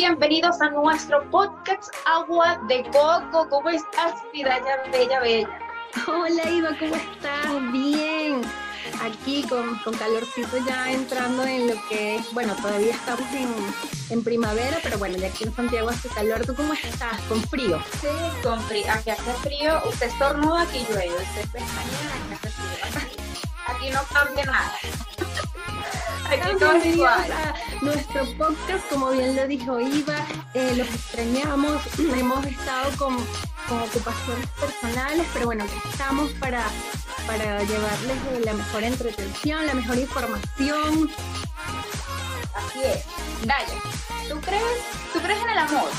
bienvenidos a nuestro podcast Agua de Coco. ¿Cómo estás, Pidaya Bella Bella? Hola, Iva, ¿cómo estás? Bien. Aquí con calorcito ya entrando en lo que es, bueno, todavía estamos en primavera, pero bueno, ya aquí en Santiago hace calor. ¿Tú cómo estás? ¿Con frío? Sí, con frío. Aquí hace frío. Usted estornuda, aquí llueve. Usted pestañea, aquí hace frío. Aquí no cambia nada. Aquí todo es igual. Nuestro podcast, como bien lo dijo Iva, los extrañamos. Hemos estado con ocupaciones personales, pero bueno, aquí estamos para llevarles la mejor entretención, la mejor información. Así es. Daya, ¿tú crees en el amor?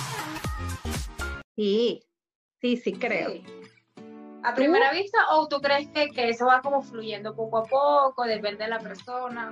Sí, creo. Sí. ¿A primera vista o tú crees que eso va como fluyendo poco a poco, depende de la persona?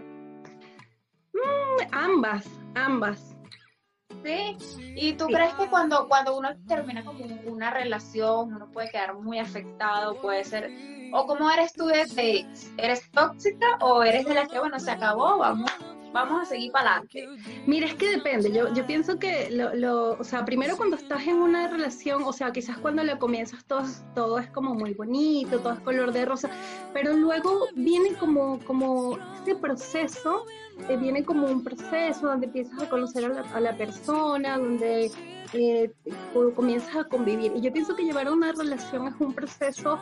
Ambas. ¿Sí? ¿Y tú crees que cuando uno termina como una relación, uno puede quedar muy afectado, puede ser, o cómo eres tú de dates? ¿Eres tóxica o eres de las que, bueno, se acabó, vamos a seguir para adelante? Mira, es que depende. Yo pienso que o sea, primero cuando estás en una relación, o sea, quizás cuando la comienzas todo es como muy bonito, todo es color de rosa, pero luego viene como ese proceso, viene como un proceso donde empiezas a conocer a la persona, donde comienzas a convivir. Y yo pienso que llevar una relación es un proceso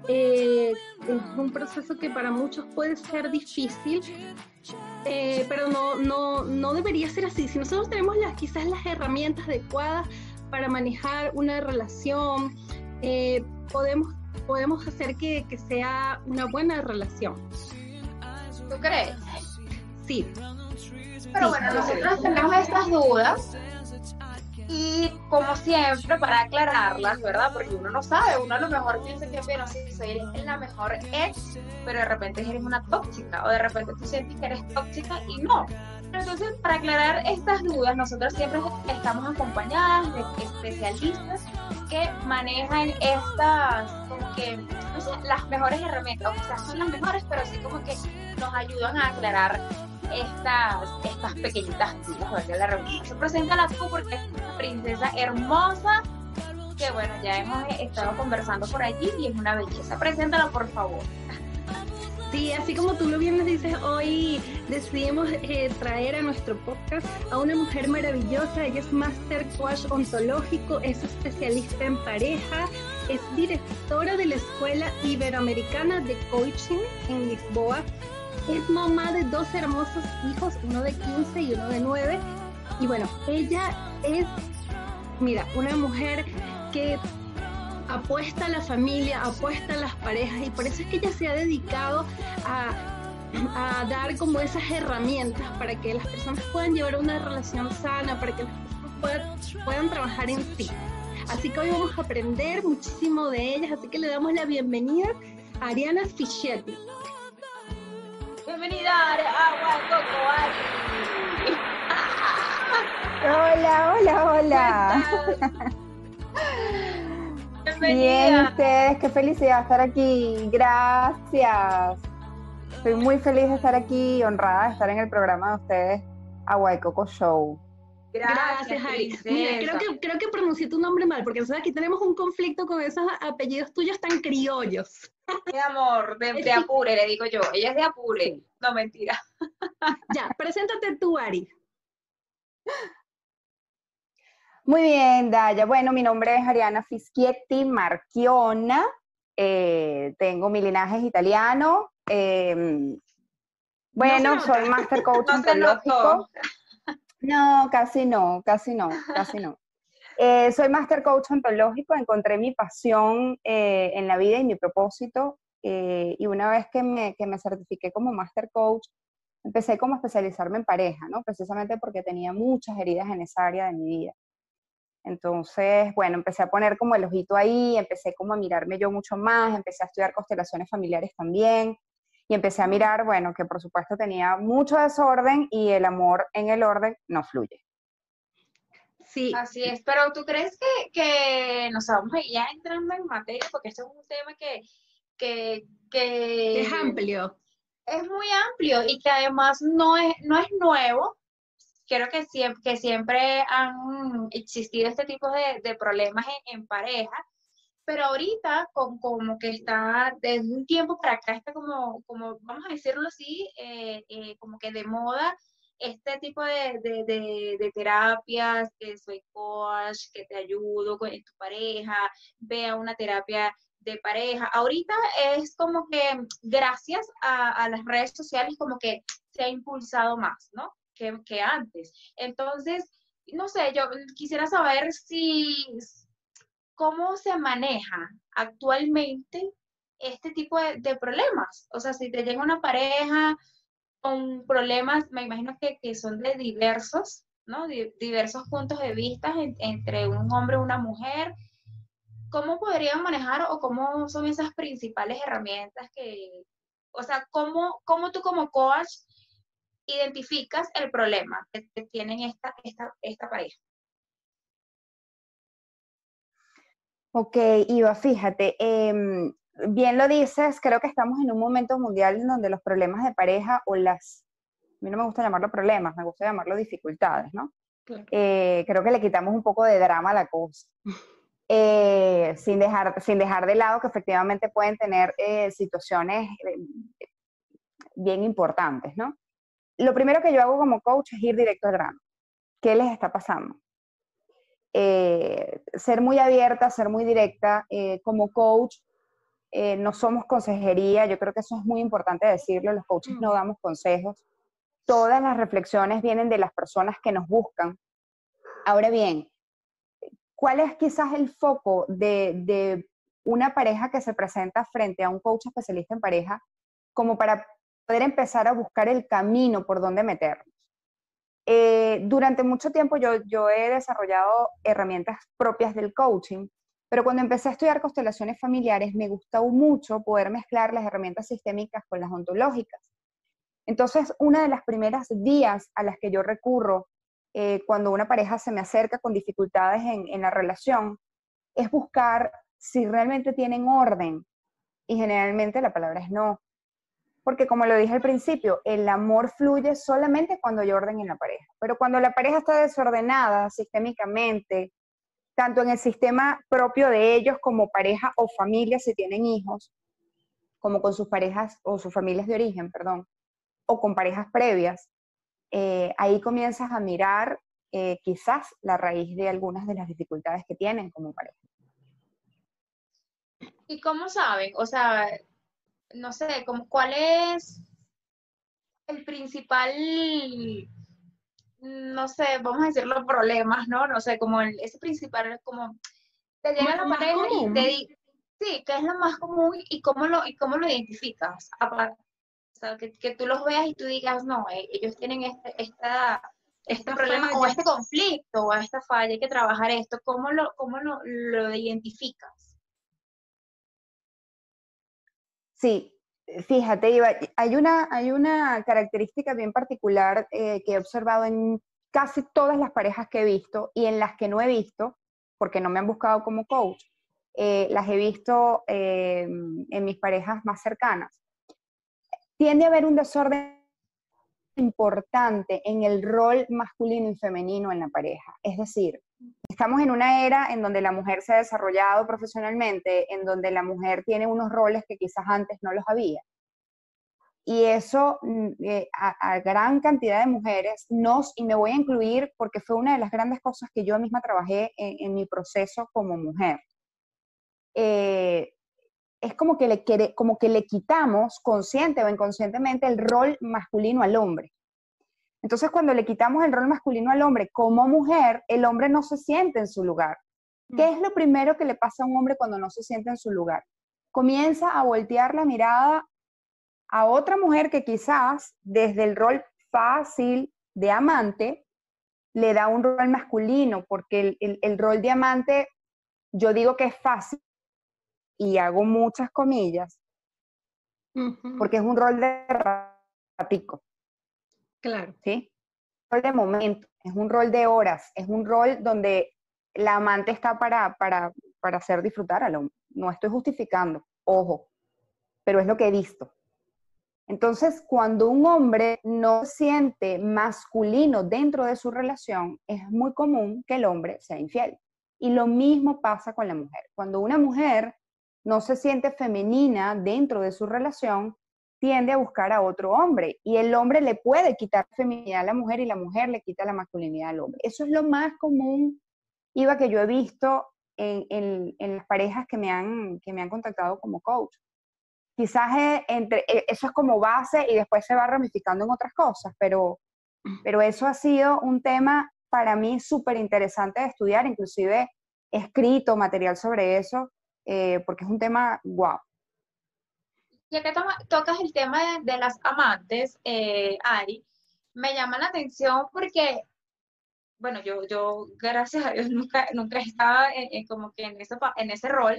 que para muchos puede ser difícil, pero no debería ser así. Si nosotros tenemos quizás las herramientas adecuadas para manejar una relación, podemos hacer que sea una buena relación. ¿Tú crees? Sí. Pero bueno, nosotros tenemos estas dudas y como siempre para aclararlas, ¿verdad? Porque uno no sabe, uno a lo mejor piensa que, bueno, sí, soy la mejor ex, pero de repente eres una tóxica o de repente tú sientes que eres tóxica y no. Entonces, para aclarar estas dudas, nosotros siempre estamos acompañadas de especialistas que manejan estas, como que, no sé, las mejores herramientas, o quizás son las mejores, pero sí como que nos ayudan a aclarar estas pequeñitas dudas de la reunión. Preséntala tú porque es una princesa hermosa que, bueno, ya hemos estado conversando por allí y es una belleza. Preséntala, por favor. Sí, así como tú lo bien nos dices, hoy decidimos traer a nuestro podcast a una mujer maravillosa. Ella es Master Coach ontológico, es especialista en pareja, es directora de la Escuela Iberoamericana de Coaching en Lisboa, es mamá de 2 hermosos hijos, uno de 15 y uno de 9. Y bueno, ella es, mira, una mujer que apuesta a la familia, apuesta a las parejas, y por eso es que ella se ha dedicado a dar como esas herramientas para que las personas puedan llevar una relación sana, para que las personas puedan trabajar en sí. Así que hoy vamos a aprender muchísimo de ellas, así que le damos la bienvenida a Ariana Fischetti. Bienvenida a Agua de Coco, Hola. Bienvenida. Bien, ustedes, qué felicidad estar aquí. Gracias. Estoy muy feliz de estar aquí, honrada de estar en el programa de ustedes, Agua de Coco Show. Gracias, Ari. Mira, creo que pronuncié tu nombre mal, porque nosotros aquí tenemos un conflicto con esos apellidos tuyos tan criollos. Mi amor, de Apure, le digo yo. Ella es de Apure. Sí. No, mentira. Ya, preséntate tú, Ari. Muy bien, Daya. Bueno, mi nombre es Ariana Fischetti Marchiona. Tengo mi linaje italiano. Bueno, soy Master Coach ontológico. No, casi no. Soy Master Coach ontológico, encontré mi pasión en la vida y mi propósito, y una vez que me certifiqué como Master Coach, empecé como a especializarme en pareja, ¿no? Precisamente porque tenía muchas heridas en esa área de mi vida. Entonces, bueno, empecé a poner como el ojito ahí, empecé como a mirarme yo mucho más, empecé a estudiar constelaciones familiares también, y empecé a mirar, bueno, que por supuesto tenía mucho desorden y el amor en el orden no fluye. Sí. Así es, pero ¿tú crees que nos vamos a ir ya entrando en materia? Porque esto es un tema que Es amplio. Es muy amplio y que además no es nuevo, creo que siempre han existido este tipo de problemas en pareja, pero ahorita como que está, desde un tiempo para acá, está como vamos a decirlo así, como que de moda este tipo de terapias, que soy coach, que te ayudo con tu pareja, ve a una terapia de pareja. Ahorita es como que gracias a las redes sociales como que se ha impulsado más, ¿no? Que antes. Entonces, no sé, yo quisiera saber si cómo se maneja actualmente este tipo de problemas. O sea, si te llega una pareja con problemas, me imagino que son de diversos, ¿no? Diversos puntos de vista entre un hombre y una mujer. ¿Cómo podrían manejar o cómo son esas principales herramientas o sea, cómo tú como coach identificas el problema que tienen esta pareja? Ok, Iva, fíjate, bien lo dices, creo que estamos en un momento mundial en donde los problemas de pareja a mí no me gusta llamarlo problemas, me gusta llamarlo dificultades, ¿no? Claro. Creo que le quitamos un poco de drama a la cosa, sin dejar de lado que efectivamente pueden tener situaciones bien importantes, ¿no? Lo primero que yo hago como coach es ir directo al grano. ¿Qué les está pasando? Ser muy abierta, ser muy directa. Como coach, no somos consejería, yo creo que eso es muy importante decirlo, los coaches no damos consejos. Todas las reflexiones vienen de las personas que nos buscan. Ahora bien, ¿cuál es quizás el foco de una pareja que se presenta frente a un coach especialista en pareja como para poder empezar a buscar el camino por donde meternos? Durante mucho tiempo yo he desarrollado herramientas propias del coaching, pero cuando empecé a estudiar constelaciones familiares me gustó mucho poder mezclar las herramientas sistémicas con las ontológicas. Entonces, una de las primeras vías a las que yo recurro cuando una pareja se me acerca con dificultades en la relación es buscar si realmente tienen orden. Y generalmente la palabra es no. Porque como lo dije al principio, el amor fluye solamente cuando hay orden en la pareja. Pero cuando la pareja está desordenada sistémicamente, tanto en el sistema propio de ellos como pareja o familia si tienen hijos, como con sus parejas o sus familias de origen, perdón, o con parejas previas, ahí comienzas a mirar quizás la raíz de algunas de las dificultades que tienen como pareja. ¿Y cómo saben? O sea, no sé, como cuál es el principal, no sé, vamos a decirlo, problemas, ¿no? No sé, como ese principal, como te Como llega la lo más pareja y te común. dice, sí, ¿qué es lo más común y cómo lo identificas? O sea, que tú los veas y tú digas, no, ellos tienen este Esta problema o falla. este conflicto o esta falla, hay que trabajar esto, ¿cómo lo identificas? Sí, fíjate, Iva, hay una característica bien particular que he observado en casi todas las parejas que he visto y en las que no he visto, porque no me han buscado como coach, las he visto en mis parejas más cercanas. Tiende a haber un desorden importante en el rol masculino y femenino en la pareja. Es decir, estamos en una era en donde la mujer se ha desarrollado profesionalmente, en donde la mujer tiene unos roles que quizás antes no los había. Y eso a gran cantidad de mujeres y me voy a incluir porque fue una de las grandes cosas que yo misma trabajé en mi proceso como mujer. Eh, es como que le quitamos consciente o inconscientemente el rol masculino al hombre. Entonces, cuando le quitamos el rol masculino al hombre como mujer, el hombre no se siente en su lugar. ¿Qué es lo primero que le pasa a un hombre cuando no se siente en su lugar? Comienza a voltear la mirada a otra mujer que quizás desde el rol fácil de amante le da un rol masculino, porque el rol de amante, yo digo que es fácil y hago muchas comillas, Ujú. porque es un rol de ratico, Claro. ¿sí? Rol de momento, es un rol de horas, es un rol donde la amante está para hacer disfrutar al hombre. No estoy justificando, ojo, pero es lo que he visto. Entonces, cuando un hombre no se siente masculino dentro de su relación, es muy común que el hombre sea infiel. Y lo mismo pasa con la mujer. Cuando una mujer no se siente femenina dentro de su relación, tiende a buscar a otro hombre. Y el hombre le puede quitar feminidad a la mujer y la mujer le quita la masculinidad al hombre. Eso es lo más común, Iva, que yo he visto en las parejas que me han contactado como coach. Quizás eso es como base y después se va ramificando en otras cosas, pero eso ha sido un tema para mí súper interesante de estudiar, inclusive he escrito material sobre eso, porque es un tema guau. Ya que tocas el tema de las amantes, Ari, me llama la atención porque, bueno, yo gracias a Dios nunca estaba como que en ese rol,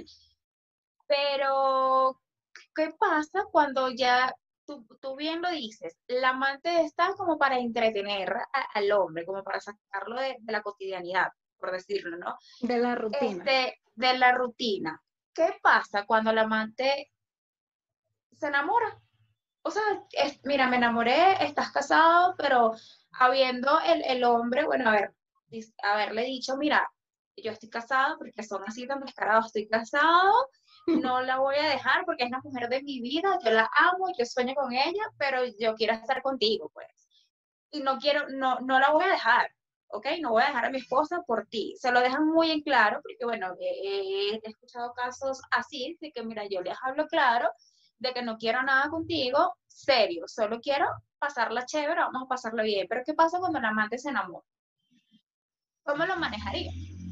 pero ¿qué pasa cuando ya tú bien lo dices? La amante está como para entretener al hombre, como para sacarlo de la cotidianidad, por decirlo, ¿no? De la rutina. De la rutina. ¿Qué pasa cuando la amante se enamora? O sea, mira, me enamoré, estás casado, pero habiendo el hombre, bueno, haberle dicho, mira, yo estoy casado porque son así tan descarados, estoy casado, no la voy a dejar porque es la mujer de mi vida, yo la amo, yo sueño con ella, pero yo quiero estar contigo, pues. Y no la voy a dejar, ¿ok? No voy a dejar a mi esposa por ti. Se lo dejan muy en claro, porque bueno, he escuchado casos así, de que mira, yo les hablo claro, de que no quiero nada contigo, serio, solo quiero pasarla chévere, vamos a pasarla bien. Pero ¿qué pasa cuando la amante se enamora? ¿Cómo lo manejaría?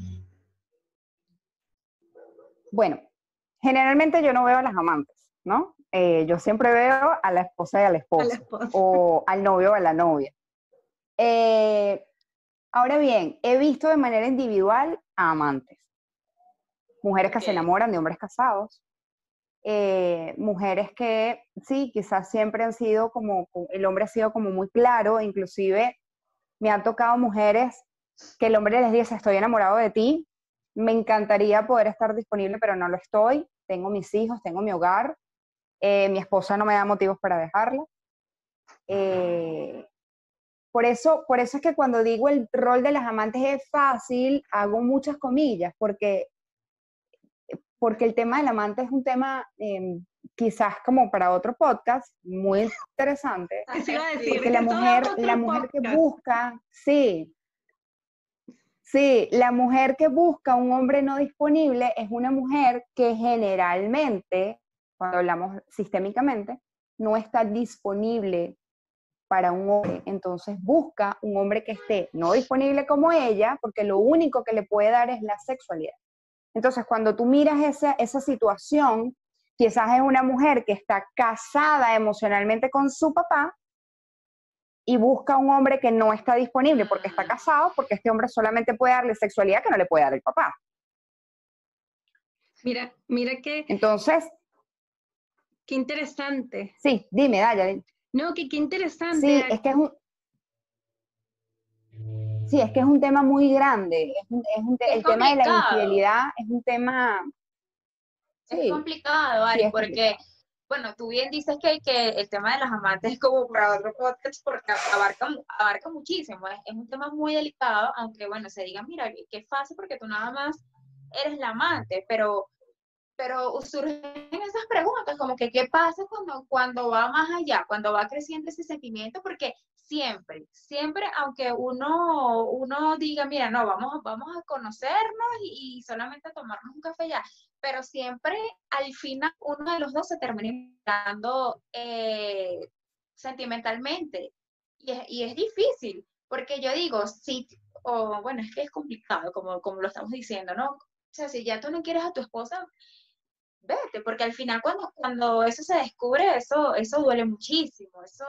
Bueno, generalmente yo no veo a las amantes, ¿no? Yo siempre veo a la esposa y al esposo, o al novio o a la novia. Ahora bien, he visto de manera individual a amantes, mujeres que se enamoran de hombres casados, mujeres que sí, quizás siempre han sido como, el hombre ha sido como muy claro, inclusive me han tocado mujeres que el hombre les dice, estoy enamorado de ti, me encantaría poder estar disponible, pero no lo estoy, tengo mis hijos, tengo mi hogar, mi esposa no me da motivos para dejarla. Por eso es que cuando digo el rol de las amantes es fácil, hago muchas comillas, porque el tema del amante es un tema quizás como para otro podcast, muy interesante. Eso iba a decir, porque la mujer que busca, sí, la mujer que busca un hombre no disponible es una mujer que generalmente, cuando hablamos sistémicamente, no está disponible para un hombre, entonces busca un hombre que esté no disponible como ella, porque lo único que le puede dar es la sexualidad. Entonces, cuando tú miras esa situación, quizás es una mujer que está casada emocionalmente con su papá y busca un hombre que no está disponible porque está casado, porque este hombre solamente puede darle sexualidad que no le puede dar el papá. Mira que... Entonces... Qué interesante. Sí, dime, Daya. No, que qué interesante. Sí, es que es un tema muy grande. El tema de la infidelidad es un tema... Es complicado, Ari, porque, bueno, tú bien dices que el tema de las amantes es como para otro podcast porque abarca muchísimo. Es un tema muy delicado, aunque, bueno, se diga, mira, qué fácil porque tú nada más eres la amante, pero surgen esas preguntas, como que qué pasa cuando va más allá, cuando va creciendo ese sentimiento, porque siempre, aunque uno diga, mira, no, vamos a conocernos y solamente a tomarnos un café ya, pero siempre al final uno de los dos se termina implicando sentimentalmente, y es difícil, porque yo digo, sí, bueno, es que es complicado, como lo estamos diciendo, ¿no? O sea, si ya tú no quieres a tu esposa, vete, porque al final cuando eso se descubre, eso duele muchísimo, eso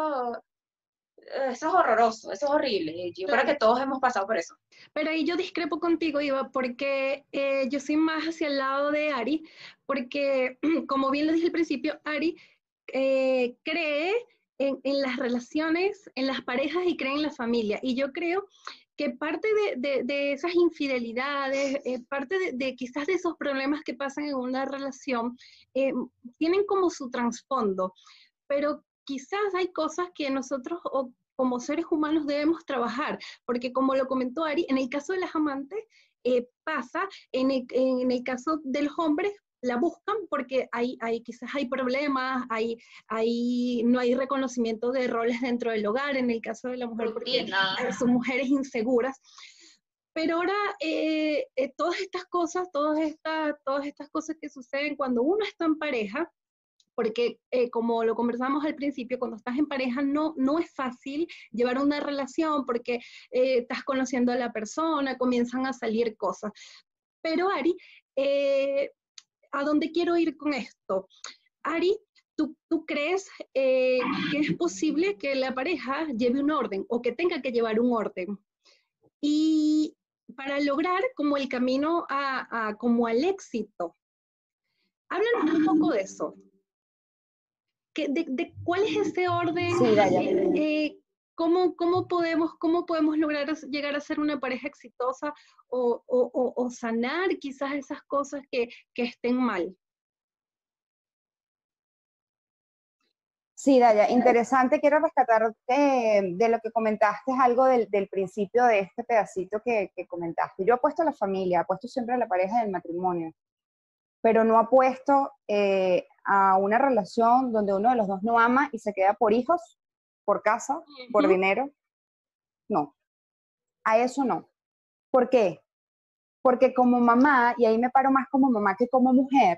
es horroroso, eso es horrible. Yo creo que todos hemos pasado por eso. Pero ahí yo discrepo contigo, Iva, porque yo soy más hacia el lado de Ari, porque como bien lo dije al principio, Ari cree en las relaciones, en las parejas y cree en la familia. Y yo creo que parte de esas infidelidades, parte de quizás de esos problemas que pasan en una relación, tienen como su trasfondo. Pero quizás hay cosas que nosotros como seres humanos debemos trabajar, porque como lo comentó Ari, en el caso de las amantes pasa, en el caso de los hombres la buscan porque quizás hay problemas, no hay reconocimiento de roles dentro del hogar, en el caso de la mujer porque son mujeres inseguras. Pero ahora todas estas cosas que suceden cuando uno está en pareja, porque como lo conversamos al principio, cuando estás en pareja no es fácil llevar una relación porque estás conociendo a la persona, comienzan a salir cosas. Pero Ari, ¿a dónde quiero ir con esto? Ari, ¿tú crees que es posible que la pareja lleve un orden o que tenga que llevar un orden? Y para lograr como el camino como al éxito, háblanos un poco de eso. De cuál es ese orden, sí, Daya. cómo podemos lograr llegar a ser una pareja exitosa o sanar quizás esas cosas que estén mal. Sí, Daya, interesante. Quiero rescatar de lo que comentaste, algo del principio de este pedacito que comentaste. Yo apuesto a la familia, apuesto siempre a la pareja del matrimonio, pero no apuesto a una relación donde uno de los dos no ama y se queda por hijos, por casa, por dinero. No, a eso no. ¿Por qué? Porque como mamá, y ahí me paro más como mamá que como mujer,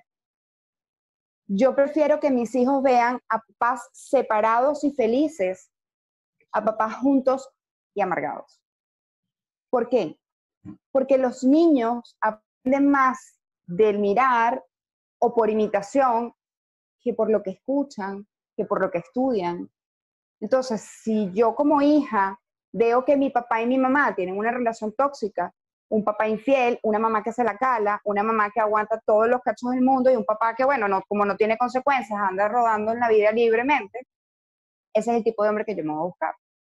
yo prefiero que mis hijos vean a papás separados y felices, a papás juntos y amargados. ¿Por qué? Porque los niños aprenden más del mirar o por imitación que por lo que escuchan, que por lo que estudian. Entonces, si yo como hija veo que mi papá y mi mamá tienen una relación tóxica, un papá infiel, una mamá que se la cala, una mamá que aguanta todos los cachos del mundo y un papá que, bueno, como no tiene consecuencias, anda rodando en la vida libremente, ese es el tipo de hombre que yo me voy a buscar.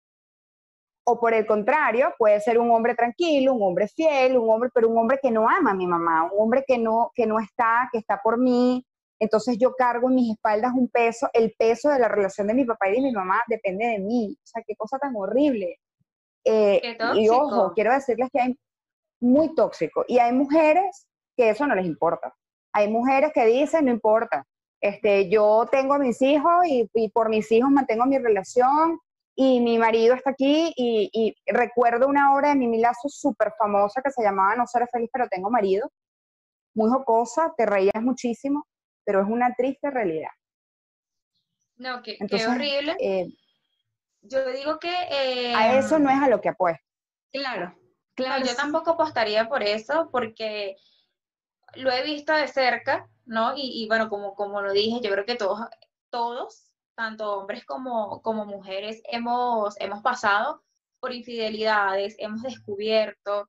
O por el contrario, puede ser un hombre tranquilo, un hombre fiel, pero un hombre que no ama a mi mamá, un hombre que no está, que está por mí. Entonces yo cargo en mis espaldas un peso, el peso de la relación de mi papá y de mi mamá depende de mí. O sea, qué cosa tan horrible. Y ojo, quiero decirles que hay muy tóxico. Y hay mujeres que eso no les importa. Hay mujeres que dicen, no importa, yo tengo a mis hijos y por mis hijos mantengo mi relación y mi marido está aquí y recuerdo una obra de Mimi Lazo súper famosa que se llamaba No seré feliz pero tengo marido, muy jocosa, te reías muchísimo, pero es una triste realidad. No, qué horrible. Yo digo que... a eso no es a lo que apuesto. Claro. No, yo tampoco apostaría por eso, porque lo he visto de cerca, ¿no? Y bueno, como lo dije, yo creo que todos, tanto hombres como mujeres, hemos pasado por infidelidades, hemos descubierto,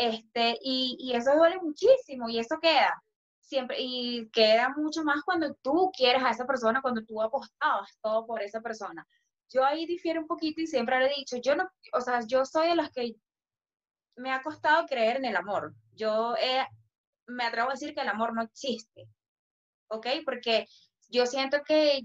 y eso duele muchísimo, y eso queda siempre, y queda mucho más cuando tú quieres a esa persona, cuando tú apostabas todo por esa persona. Yo ahí difiero un poquito y siempre le he dicho, yo no, o sea, yo soy de las que me ha costado creer en el amor. Me atrevo a decir que el amor no existe, ¿ok? Porque yo siento que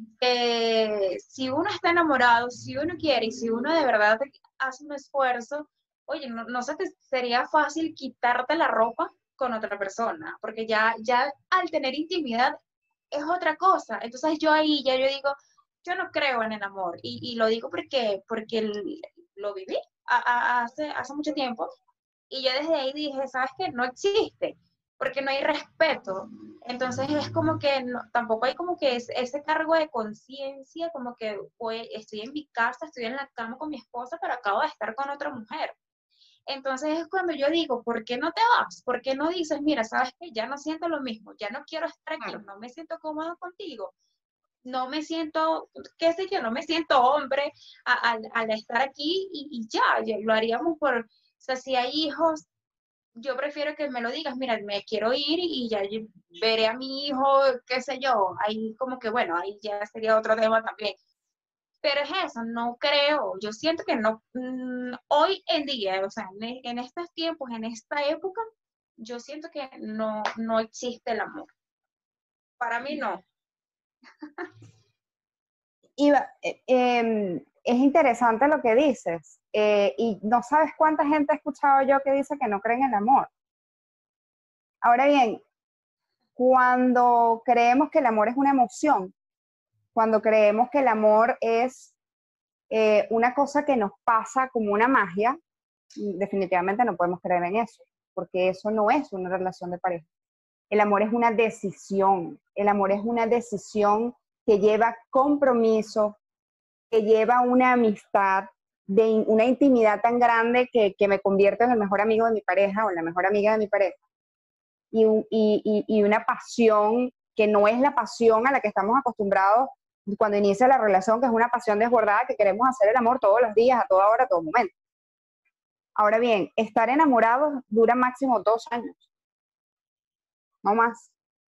si uno está enamorado, si uno quiere y si uno de verdad hace un esfuerzo, oye, no sé que sería fácil quitarte la ropa con otra persona, porque ya al tener intimidad es otra cosa. Entonces yo ahí ya yo digo, yo no creo en el amor y lo digo porque lo viví hace mucho tiempo y yo desde ahí dije, ¿sabes qué? No existe, porque no hay respeto. Entonces es como que tampoco hay como que ese cargo de conciencia, como que estoy en mi casa, estoy en la cama con mi esposa, pero acabo de estar con otra mujer. Entonces es cuando yo digo, ¿por qué no te vas? ¿Por qué no dices, mira, sabes qué? Ya no siento lo mismo, ya no quiero estar aquí, no me siento cómodo contigo, no me siento, qué sé yo, no me siento hombre al estar aquí y ya lo haríamos o sea, si hay hijos, yo prefiero que me lo digas, mira, me quiero ir y ya yo veré a mi hijo, qué sé yo, ahí como que bueno, ahí ya sería otro tema también. Pero es eso, no creo, yo siento que no, hoy en día, o sea, en estos tiempos, en esta época, yo siento que no existe el amor. Para mí no. Iva, es interesante lo que dices, y no sabes cuánta gente he escuchado yo que dice que no creen en el amor. Ahora bien, cuando creemos que el amor es una emoción, cuando creemos que el amor es una cosa que nos pasa como una magia, definitivamente no podemos creer en eso, porque eso no es una relación de pareja. El amor es una decisión, el amor es una decisión que lleva compromiso, que lleva una amistad, de una intimidad tan grande que me convierte en el mejor amigo de mi pareja o en la mejor amiga de mi pareja. Y una pasión que no es la pasión a la que estamos acostumbrados cuando inicia la relación, que es una pasión desbordada, que queremos hacer el amor todos los días, a toda hora, a todo momento. Ahora bien, estar enamorados dura máximo 2 años, no más.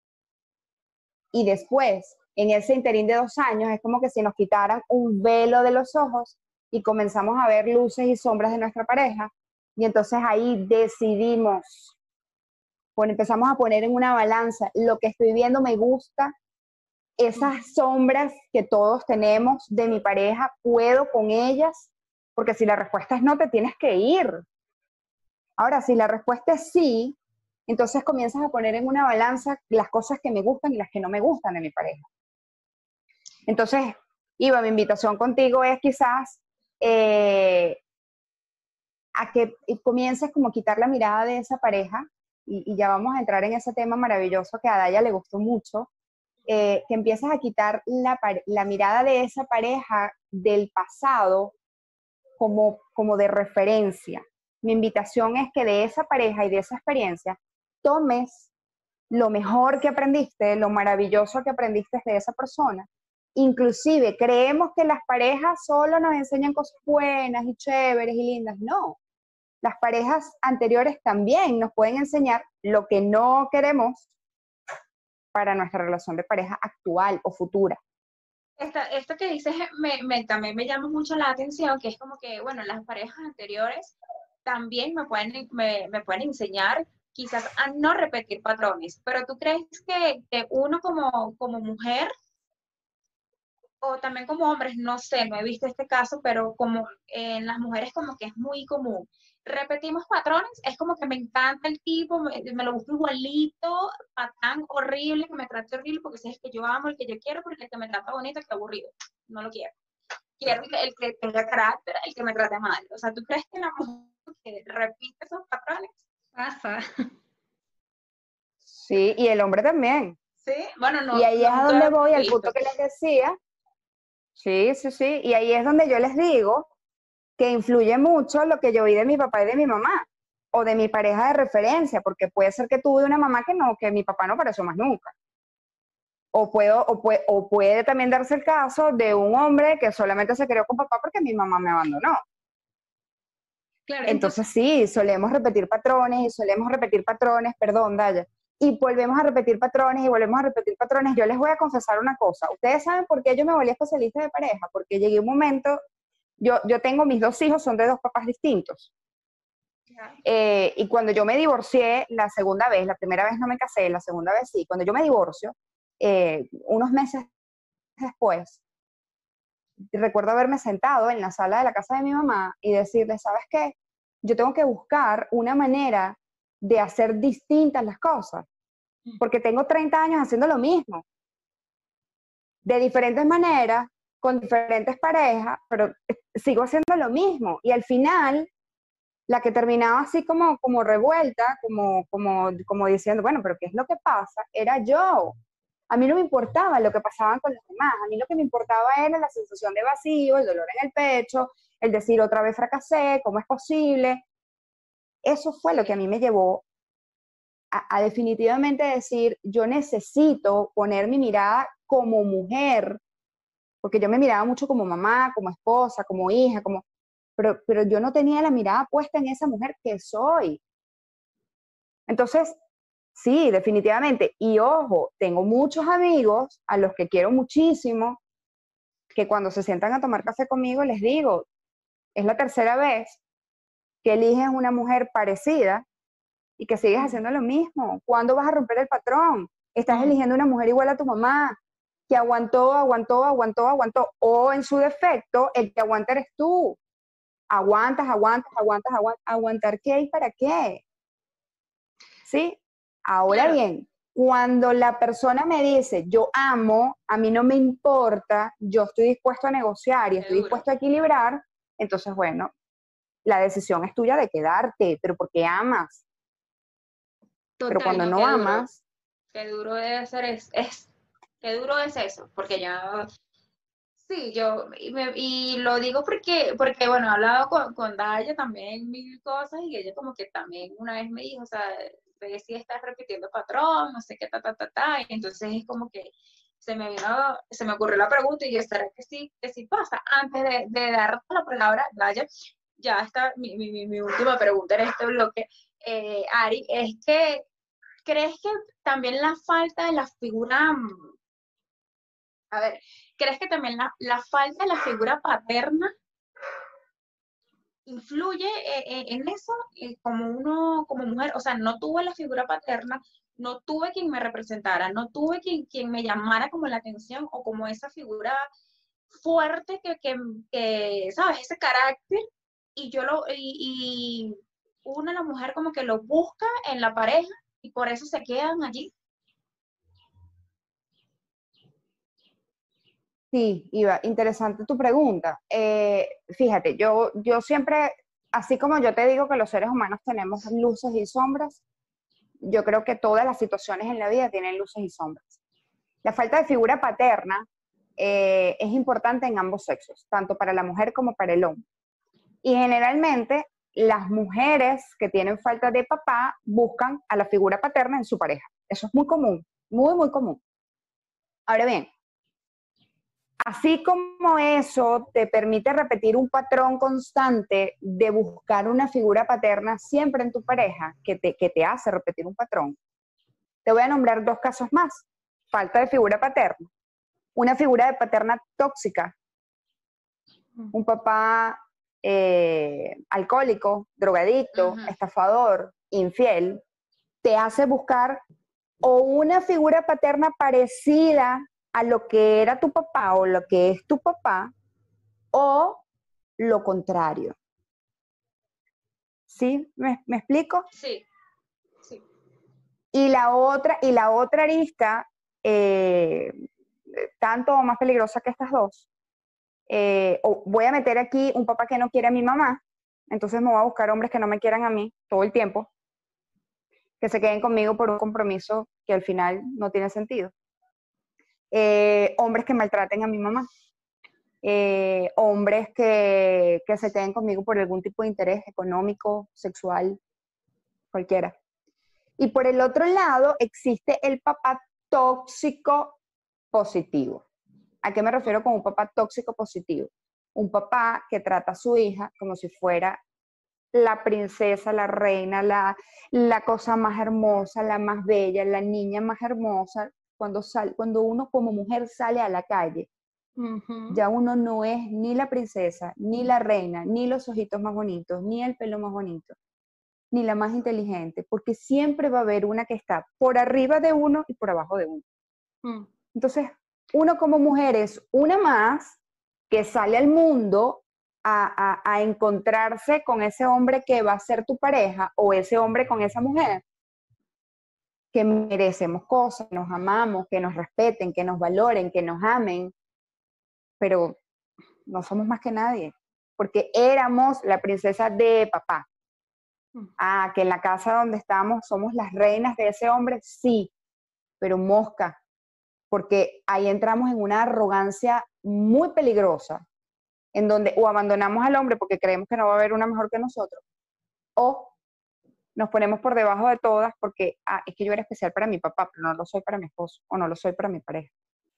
Y después, en ese interín de 2 años, es como que si nos quitaran un velo de los ojos y comenzamos a ver luces y sombras de nuestra pareja, y entonces ahí decidimos, empezamos a poner en una balanza, lo que estoy viendo me gusta, esas sombras que todos tenemos de mi pareja, ¿puedo con ellas? Porque si la respuesta es no, te tienes que ir. Ahora, si la respuesta es sí, entonces comienzas a poner en una balanza las cosas que me gustan y las que no me gustan de mi pareja. Entonces, Iva, mi invitación contigo es quizás a que comiences como a quitar la mirada de esa pareja, y ya vamos a entrar en ese tema maravilloso que a Daya le gustó mucho, que empieces a quitar la mirada de esa pareja del pasado como de referencia. Mi invitación es que de esa pareja y de esa experiencia tomes lo mejor que aprendiste, lo maravilloso que aprendiste de esa persona. Inclusive creemos que las parejas solo nos enseñan cosas buenas y chéveres y lindas. No, las parejas anteriores también nos pueden enseñar lo que no queremos para nuestra relación de pareja actual o futura. Esto que dices también me llama mucho la atención, que es como que, bueno, las parejas anteriores también me pueden enseñar quizás a no repetir patrones, pero ¿tú crees que uno como mujer o también como hombres, no sé, no he visto este caso, pero como en las mujeres como que es muy común? Repetimos patrones, es como que me encanta el tipo, me lo busco igualito, patán horrible, que me trate horrible, porque ese es el que yo amo, el que yo quiero, porque el que me trata bonito, que aburrido, no lo quiero. Quiero el que tenga carácter, el que me trate mal. O sea, ¿tú crees que la mujer que repite esos patrones? Pasa. Sí, y el hombre también. Sí, bueno, no. Y ahí es a donde voy, al visto. punto que les decía. Sí, sí, sí. Y ahí es donde yo les digo que influye mucho lo que yo vi de mi papá y de mi mamá, o de mi pareja de referencia, porque puede ser que tuve una mamá que mi papá no pareció más nunca. O puede también darse el caso de un hombre que solamente se crió con papá porque mi mamá me abandonó. Claro, Entonces sí, solemos repetir patrones, perdón, Daya, y volvemos a repetir patrones y volvemos a repetir patrones. Yo les voy a confesar una cosa. Ustedes saben por qué yo me volví especialista de pareja, porque llegué a un momento, yo tengo mis 2 hijos, son de 2 papás distintos. Y cuando yo me divorcié la segunda vez, la primera vez no me casé, la segunda vez sí, cuando yo me divorcio, unos meses después, recuerdo haberme sentado en la sala de la casa de mi mamá y decirle, ¿sabes qué? Yo tengo que buscar una manera de hacer distintas las cosas, porque tengo 30 años haciendo lo mismo, de diferentes maneras, con diferentes parejas, pero sigo haciendo lo mismo. Y al final, la que terminaba así como revuelta, como diciendo, bueno, pero ¿qué es lo que pasa? Era yo. A mí no me importaba lo que pasaba con los demás, a mí lo que me importaba era la sensación de vacío, el dolor en el pecho, el decir otra vez fracasé, ¿cómo es posible? Eso fue lo que a mí me llevó a definitivamente decir, yo necesito poner mi mirada como mujer, porque yo me miraba mucho como mamá, como esposa, como hija, pero yo no tenía la mirada puesta en esa mujer que soy. Entonces, sí, definitivamente. Y ojo, tengo muchos amigos a los que quiero muchísimo, que cuando se sientan a tomar café conmigo les digo, es la tercera vez que eliges una mujer parecida y que sigues haciendo lo mismo. ¿Cuándo vas a romper el patrón? Estás eligiendo una mujer igual a tu mamá. que aguantó, o en su defecto, el que aguanta eres tú. Aguantas, ¿aguantar qué y para qué? ¿Sí? Ahora Claro. bien, cuando la persona me dice, yo amo, a mí no me importa, yo estoy dispuesto a negociar y Qué estoy duro. dispuesto a equilibrar, entonces, bueno, la decisión es tuya de quedarte, pero porque amas. Pero Total. cuando No, no amas, qué duro debe ser qué duro es eso, porque ya, sí, y lo digo porque, bueno, he hablado con Daya también mil cosas y ella como que también una vez me dijo, o sea, ve si estás repitiendo patrón, no sé qué, y entonces es como que se me ocurrió la pregunta y yo, ¿será que sí pasa? Antes de dar la palabra, Daya, ya está mi última pregunta en este bloque, Ari, es que, ¿crees que también la falta de la figura, a ver, ¿crees que también la falta de la figura paterna influye en eso? Como uno, como mujer, o sea, no tuve la figura paterna, no tuve quien me representara, no tuve quien me llamara como la atención o como esa figura fuerte que ¿sabes? Ese carácter y una, la mujer como que lo busca en la pareja y por eso se quedan allí. sí, Iva, interesante tu pregunta. Fíjate, yo siempre, así como yo te digo que los seres humanos tenemos luces y sombras, yo creo que todas las situaciones en la vida tienen luces y sombras. La falta de figura paterna es importante en ambos sexos, tanto para la mujer como para el hombre. Y generalmente las mujeres que tienen falta de papá buscan a la figura paterna en su pareja. Eso es muy común, muy, muy común. Ahora bien, así como eso te permite repetir un patrón constante de buscar una figura paterna siempre en tu pareja, que te hace repetir un patrón, te voy a nombrar dos casos más. Falta de figura paterna. Una figura de paterna tóxica, un papá alcohólico, drogadicto, Ujú. estafador, infiel, te hace buscar o una figura paterna parecida a lo que era tu papá o lo que es tu papá, o lo contrario. ¿Sí? ¿Me explico? Sí, sí. Y la otra arista, eh, tanto o más peligrosa que estas dos, voy a meter aquí un papá que no quiere a mi mamá, entonces me voy a buscar hombres que no me quieran a mí todo el tiempo, que se queden conmigo por un compromiso que al final no tiene sentido. Hombres que maltraten a mi mamá, hombres que se queden conmigo por algún tipo de interés económico, sexual, cualquiera. Y por el otro lado existe el papá tóxico positivo. ¿A qué me refiero con un papá tóxico positivo? Un papá que trata a su hija como si fuera la princesa, la reina, la cosa más hermosa, la más bella, la niña más hermosa. Cuando uno como mujer sale a la calle, ya uno no es ni la princesa, ni la reina, ni los ojitos más bonitos, ni el pelo más bonito, ni la más inteligente, porque siempre va a haber una que está por arriba de uno y por abajo de uno. Entonces, uno como mujer es una más que sale al mundo a encontrarse con ese hombre que va a ser tu pareja o ese hombre con esa mujer, que merecemos cosas, que nos amamos, que nos respeten, que nos valoren, que nos amen, pero no somos más que nadie, porque éramos la princesa de papá. Ah, que en la casa donde estamos somos las reinas de ese hombre, sí, pero mosca, porque ahí entramos en una arrogancia muy peligrosa, en donde o abandonamos al hombre porque creemos que no va a haber una mejor que nosotros, o nos ponemos por debajo de todas porque es que yo era especial para mi papá, pero no lo soy para mi esposo, o no lo soy para mi pareja.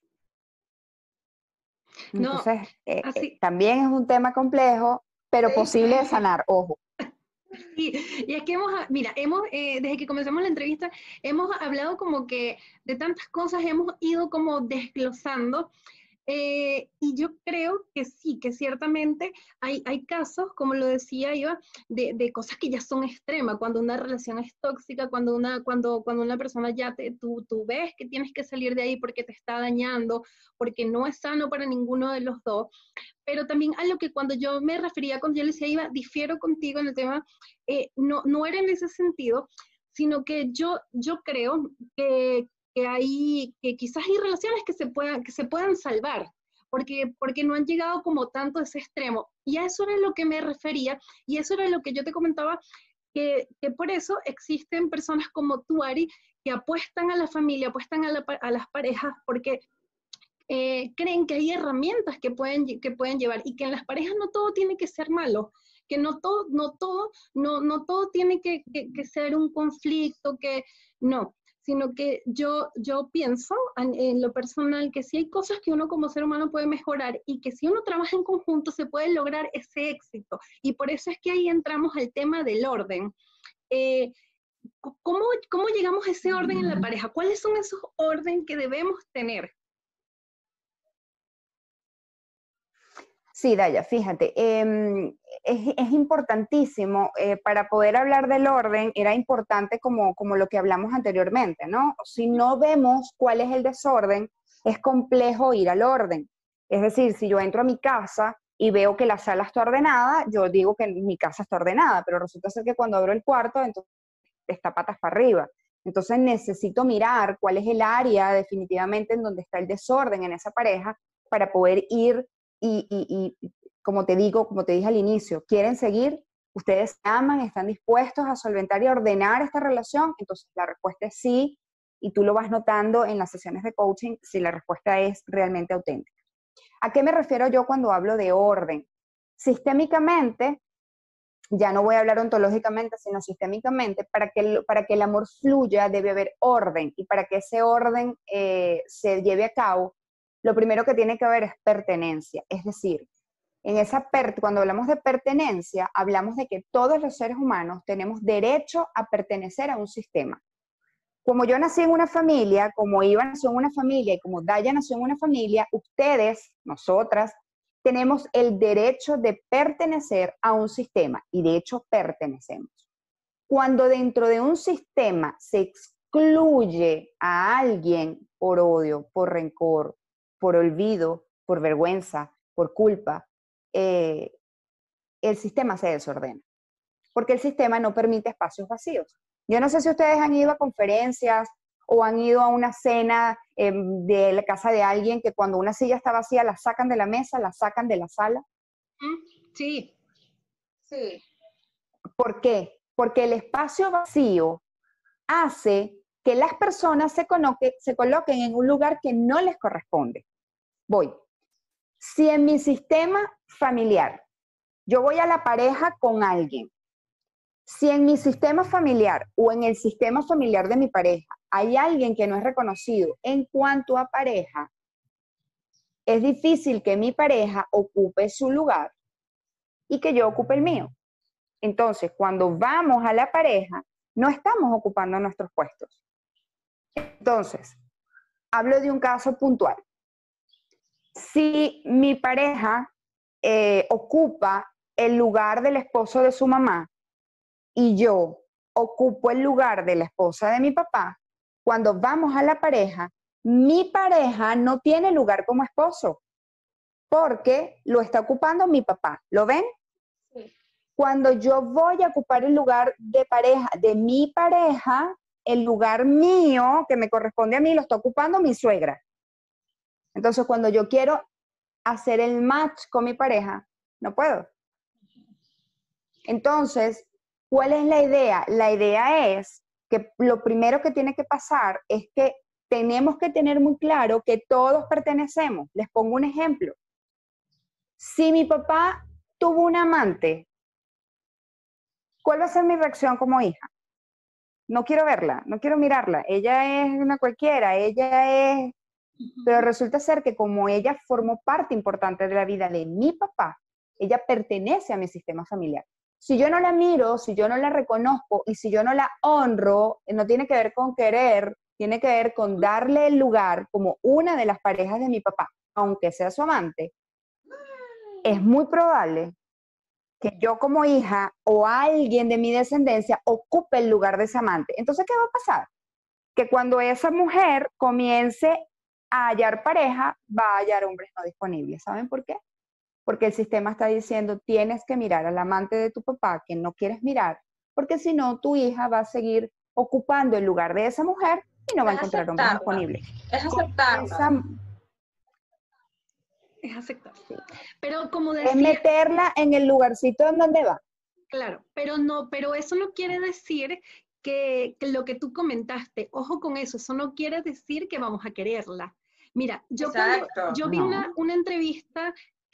No, Entonces, así, también es un tema complejo, pero Sí, posible de sanar, ojo. y es que mira, desde que comenzamos la entrevista, hemos hablado como que de tantas cosas, hemos ido como desglosando. Y yo creo que sí, que ciertamente hay casos, como lo decía Iva, de cosas que ya son extremas, cuando una relación es tóxica, cuando una persona ya tú ves que tienes que salir de ahí porque te está dañando, porque no es sano para ninguno de los dos. Pero también a lo que cuando yo me refería, cuando yo le decía, Iva, difiero contigo en el tema, no era en ese sentido, sino que yo creo que quizás hay relaciones que se puedan salvar, porque no han llegado como tanto a ese extremo. Y a eso era lo que me refería, y eso era lo que yo te comentaba, que por eso existen personas como tú, Ari, que apuestan a la familia, apuestan a las parejas, porque creen que hay herramientas que pueden llevar, y que en las parejas no todo tiene que ser malo, que no todo tiene que ser un conflicto, que no, sino que yo pienso en lo personal que sí hay cosas que uno como ser humano puede mejorar, y que si uno trabaja en conjunto se puede lograr ese éxito. Y por eso es que ahí entramos al tema del orden. Eh, ¿Cómo llegamos a ese orden en la pareja? ¿Cuáles son esos orden que debemos tener? Sí, Daya, fíjate, es importantísimo, para poder hablar del orden, era importante como lo que hablamos anteriormente, ¿no? Si no vemos cuál es el desorden, es complejo ir al orden. Es decir, si yo entro a mi casa y veo que la sala está ordenada, yo digo que mi casa está ordenada, pero resulta ser que cuando abro el cuarto, entonces está patas para arriba. Entonces necesito mirar cuál es el área definitivamente en donde está el desorden en esa pareja para poder ir y como te digo, como te dije al inicio, quieren seguir, ustedes se aman, están dispuestos a solventar y ordenar esta relación, entonces la respuesta es sí, y tú lo vas notando en las sesiones de coaching si la respuesta es realmente auténtica. ¿A qué me refiero yo cuando hablo de orden? Sistémicamente, ya no voy a hablar ontológicamente, sino sistémicamente, para que el amor fluya debe haber orden, y para que ese orden se lleve a cabo, lo primero que tiene que haber es pertenencia. Es decir, cuando hablamos de pertenencia, hablamos de que todos los seres humanos tenemos derecho a pertenecer a un sistema. Como yo nací en una familia, como Iva nació en una familia y como Daya nació en una familia, ustedes, nosotras, tenemos el derecho de pertenecer a un sistema, y de hecho pertenecemos. Cuando dentro de un sistema se excluye a alguien por odio, por rencor, por olvido, por vergüenza, por culpa, el sistema se desordena, porque el sistema no permite espacios vacíos. Yo no sé si ustedes han ido a conferencias o han ido a una cena de la casa de alguien, que cuando una silla está vacía la sacan de la mesa, la sacan de la sala. Sí. Sí. ¿Por qué? Porque el espacio vacío hace que las personas se coloquen en un lugar que no les corresponde. Voy. Si en mi sistema familiar yo voy a la pareja con alguien, si en mi sistema familiar o en el sistema familiar de mi pareja hay alguien que no es reconocido en cuanto a pareja, es difícil que mi pareja ocupe su lugar y que yo ocupe el mío. Entonces, cuando vamos a la pareja, no estamos ocupando nuestros puestos. Entonces, hablo de un caso puntual. Si mi pareja ocupa el lugar del esposo de su mamá y yo ocupo el lugar de la esposa de mi papá, cuando vamos a la pareja, mi pareja no tiene lugar como esposo, porque lo está ocupando mi papá. ¿Lo ven? Sí. Cuando yo voy a ocupar el lugar de pareja de mi pareja, el lugar mío que me corresponde a mí lo está ocupando mi suegra. Entonces, cuando yo quiero hacer el match con mi pareja, no puedo. Entonces, ¿cuál es la idea? La idea es que lo primero que tiene que pasar es que tenemos que tener muy claro que todos pertenecemos. Les pongo un ejemplo. Si mi papá tuvo un amante, ¿cuál va a ser mi reacción como hija? No quiero verla, no quiero mirarla. Ella es una cualquiera, ella es... Pero resulta ser que como ella formó parte importante de la vida de mi papá, ella pertenece a mi sistema familiar. Si yo no la miro, si yo no la reconozco y si yo no la honro, no tiene que ver con querer, tiene que ver con darle el lugar como una de las parejas de mi papá. aunque sea su amante, es muy probable que yo como hija o alguien de mi descendencia ocupe el lugar de ese amante. Entonces, ¿qué va a pasar? Que cuando esa mujer comience a hallar pareja, va a hallar hombres no disponibles. ¿Saben por qué? Porque el sistema está diciendo, tienes que mirar al amante de tu papá que no quieres mirar, porque si no, tu hija va a seguir ocupando el lugar de esa mujer y no va a Es encontrar hombres aceptarla, disponibles. es Con aceptarla. esa, Es aceptar. Pero como es decía, meterla en el lugarcito en donde va. claro, pero eso no quiere decir que lo que tú comentaste, ojo con eso no quiere decir que vamos a quererla. Mira, Exacto. yo vi No. una entrevista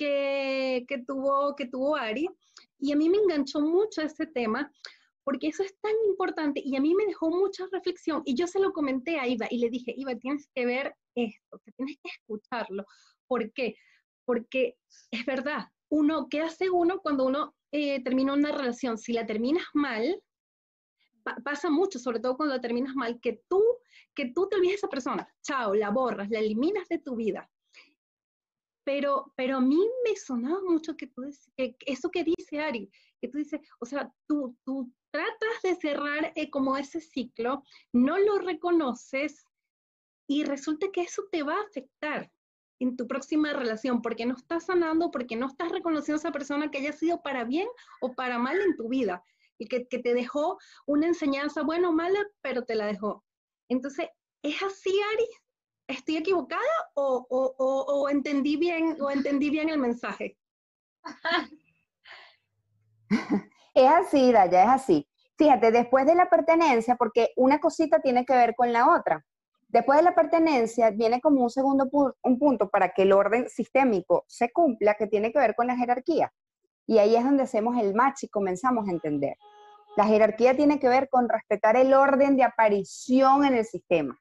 que tuvo Ari, y a mí me enganchó mucho ese tema, porque eso es tan importante y a mí me dejó mucha reflexión, y yo se lo comenté a Iva y le dije, Iva, tienes que ver esto, tienes que escucharlo. ¿Por qué? Porque es verdad, ¿qué hace uno cuando uno termina una relación? Si la terminas mal, pasa mucho, sobre todo cuando la terminas mal, que tú te olvides de esa persona, chao, la borras, la eliminas de tu vida. Pero a mí me sonaba mucho que eso que dice Ari, que tú dices, o sea, tú tratas de cerrar como ese ciclo, no lo reconoces y resulta que eso te va a afectar en tu próxima relación, porque no estás sanando, porque no estás reconociendo a esa persona que haya sido para bien o para mal en tu vida, y que te dejó una enseñanza buena o mala, pero te la dejó. Entonces, ¿es así, Ari? ¿Estoy equivocada o entendí bien el mensaje? Es así, Daya, es así. Fíjate, después de la pertenencia, porque una cosita tiene que ver con la otra. Después de la pertenencia viene como un segundo un punto para que el orden sistémico se cumpla, que tiene que ver con la jerarquía. Y ahí es donde hacemos el match y comenzamos a entender. La jerarquía tiene que ver con respetar el orden de aparición en el sistema.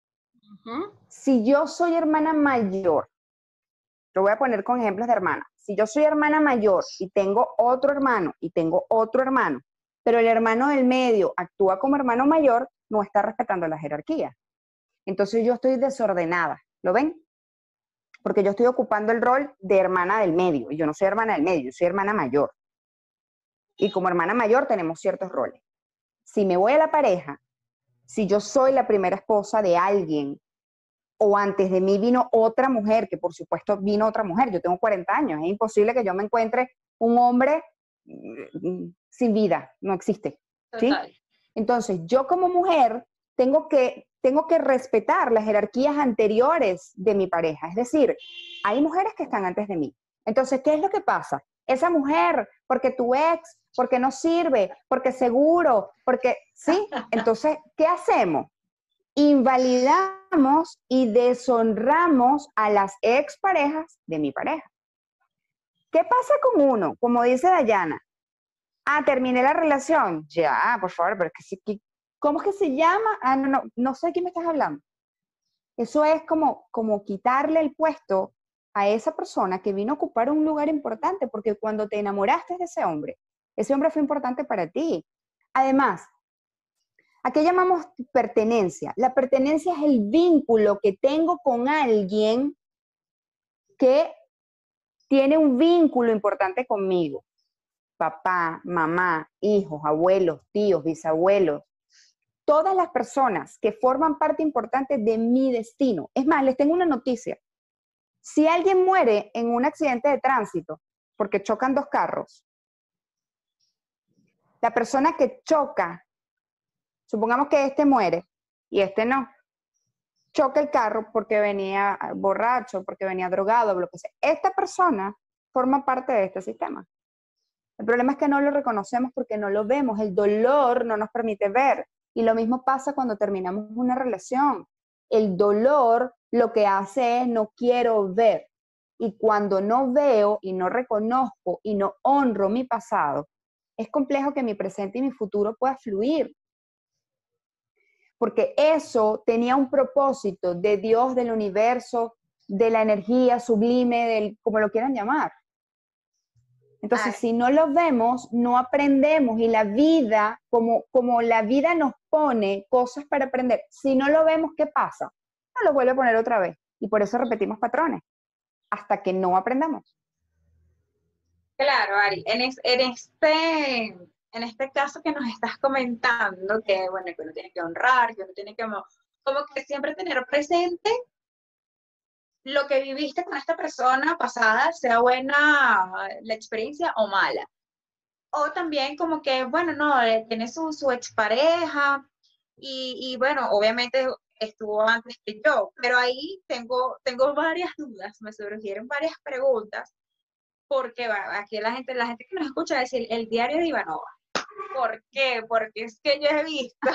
Si yo soy hermana mayor, lo voy a poner con ejemplos de hermana. Si yo soy hermana mayor y tengo otro hermano y tengo otro hermano, pero el hermano del medio actúa como hermano mayor, no está respetando la jerarquía. Entonces yo estoy desordenada, ¿lo ven? Porque yo estoy ocupando el rol de hermana del medio, y yo no soy hermana del medio, yo soy hermana mayor. Y como hermana mayor tenemos ciertos roles. Si me voy a la pareja, si yo soy la primera esposa de alguien, o antes de mí vino otra mujer, que por supuesto vino otra mujer, yo tengo 40 años, es imposible que yo me encuentre un hombre sin vida, no existe, ¿sí? Total. Entonces, yo como mujer tengo que respetar las jerarquías anteriores de mi pareja, es decir, hay mujeres que están antes de mí. Entonces, ¿qué es lo que pasa? Esa mujer, porque tu ex, porque no sirve, porque seguro, porque, ¿sí? Entonces, ¿qué hacemos? Invalidamos y deshonramos a las exparejas de mi pareja. ¿Qué pasa con uno? Como dice Dayana, terminé la relación. Ya, por favor, pero es que, ¿cómo es que se llama? No sé de quién me estás hablando. Eso es como quitarle el puesto a esa persona que vino a ocupar un lugar importante, porque cuando te enamoraste de ese hombre fue importante para ti. Además, ¿a qué llamamos pertenencia? La pertenencia es el vínculo que tengo con alguien que tiene un vínculo importante conmigo. Papá, mamá, hijos, abuelos, tíos, bisabuelos. Todas las personas que forman parte importante de mi destino. Es más, les tengo una noticia. Si alguien muere en un accidente de tránsito porque chocan dos carros, la persona que choca, supongamos que este muere y este no, choca el carro porque venía borracho, porque venía drogado, lo que sea. Esta persona forma parte de este sistema. El problema es que no lo reconocemos porque no lo vemos. El dolor no nos permite ver. Y lo mismo pasa cuando terminamos una relación. El dolor lo que hace es no quiero ver. Y cuando no veo y no reconozco y no honro mi pasado, es complejo que mi presente y mi futuro pueda fluir. Porque eso tenía un propósito de Dios, del universo, de la energía sublime, como lo quieran llamar. Entonces, si no lo vemos, no aprendemos, y la vida, como la vida nos pone cosas para aprender, si no lo vemos, ¿qué pasa? No lo vuelve a poner otra vez, y por eso repetimos patrones. hasta que no aprendamos. Claro, Ari, en este caso que nos estás comentando, que bueno, que uno tiene que honrar, que uno tiene que como que siempre tener presente lo que viviste con esta persona pasada, sea buena la experiencia o mala. O también como que, bueno, no, tiene su expareja y bueno, obviamente estuvo antes que yo, pero ahí tengo varias dudas, me surgieron varias preguntas, porque aquí la gente que nos escucha va a decir el diario de Ivanova. ¿Por qué? Porque es que yo he visto.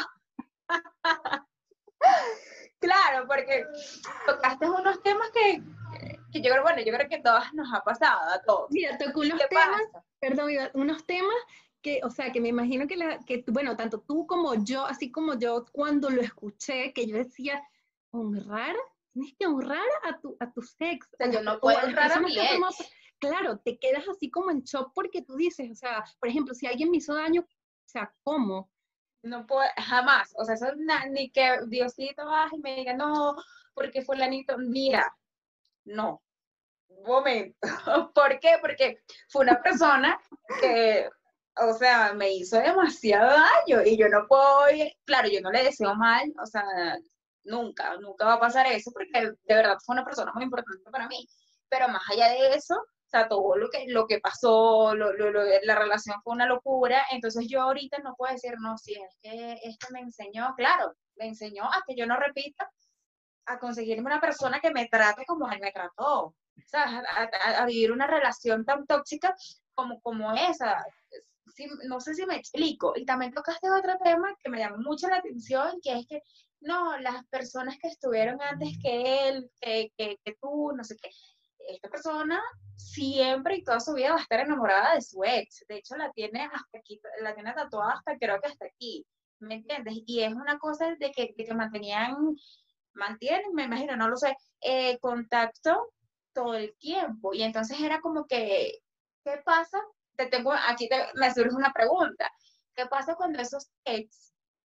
Claro, porque tocaste unos temas que yo creo, bueno, yo creo que a todas nos ha pasado, a todos. Mira, tocó ¿Y unos qué temas, pasa? perdón, unos temas que, o sea, que me imagino bueno, tanto tú como yo, así como yo cuando lo escuché, que yo decía, honrar, tienes que honrar a tus ex, O sea, yo no o puedo a las honrar a personas mi que han formado, ex. claro, te quedas así como en shock porque tú dices, o sea, por ejemplo, si alguien me hizo daño, o sea, ¿cómo? No puedo, jamás. O sea, eso ni que Diosito baje y me diga, no, porque fulanito, mira, no, un momento. ¿Por qué? Porque fue una persona que, o sea, me hizo demasiado daño y yo no puedo, claro, yo no le deseo mal, o sea, nunca va a pasar eso porque de verdad fue una persona muy importante para mí. Pero más allá de eso, o sea, todo lo que pasó, la relación fue una locura, entonces yo ahorita no puedo decir, no, si es que esto me enseñó, claro, me enseñó a que yo no repita, a conseguirme una persona que me trate como él me trató, o sea, a vivir una relación tan tóxica como esa. Sí, no sé si me explico. Y también tocaste otro tema que me llamó mucho la atención, que es que, no, las personas que estuvieron antes que él, que tú, no sé qué, esta persona siempre y toda su vida va a estar enamorada de su ex. De hecho, la tiene hasta aquí, la tiene tatuada hasta, creo que hasta aquí. ¿Me entiendes? Y es una cosa de que mantienen, me imagino, no lo sé, contacto todo el tiempo. Y entonces era como que, ¿qué pasa? Me surge una pregunta. ¿Qué pasa cuando esos ex,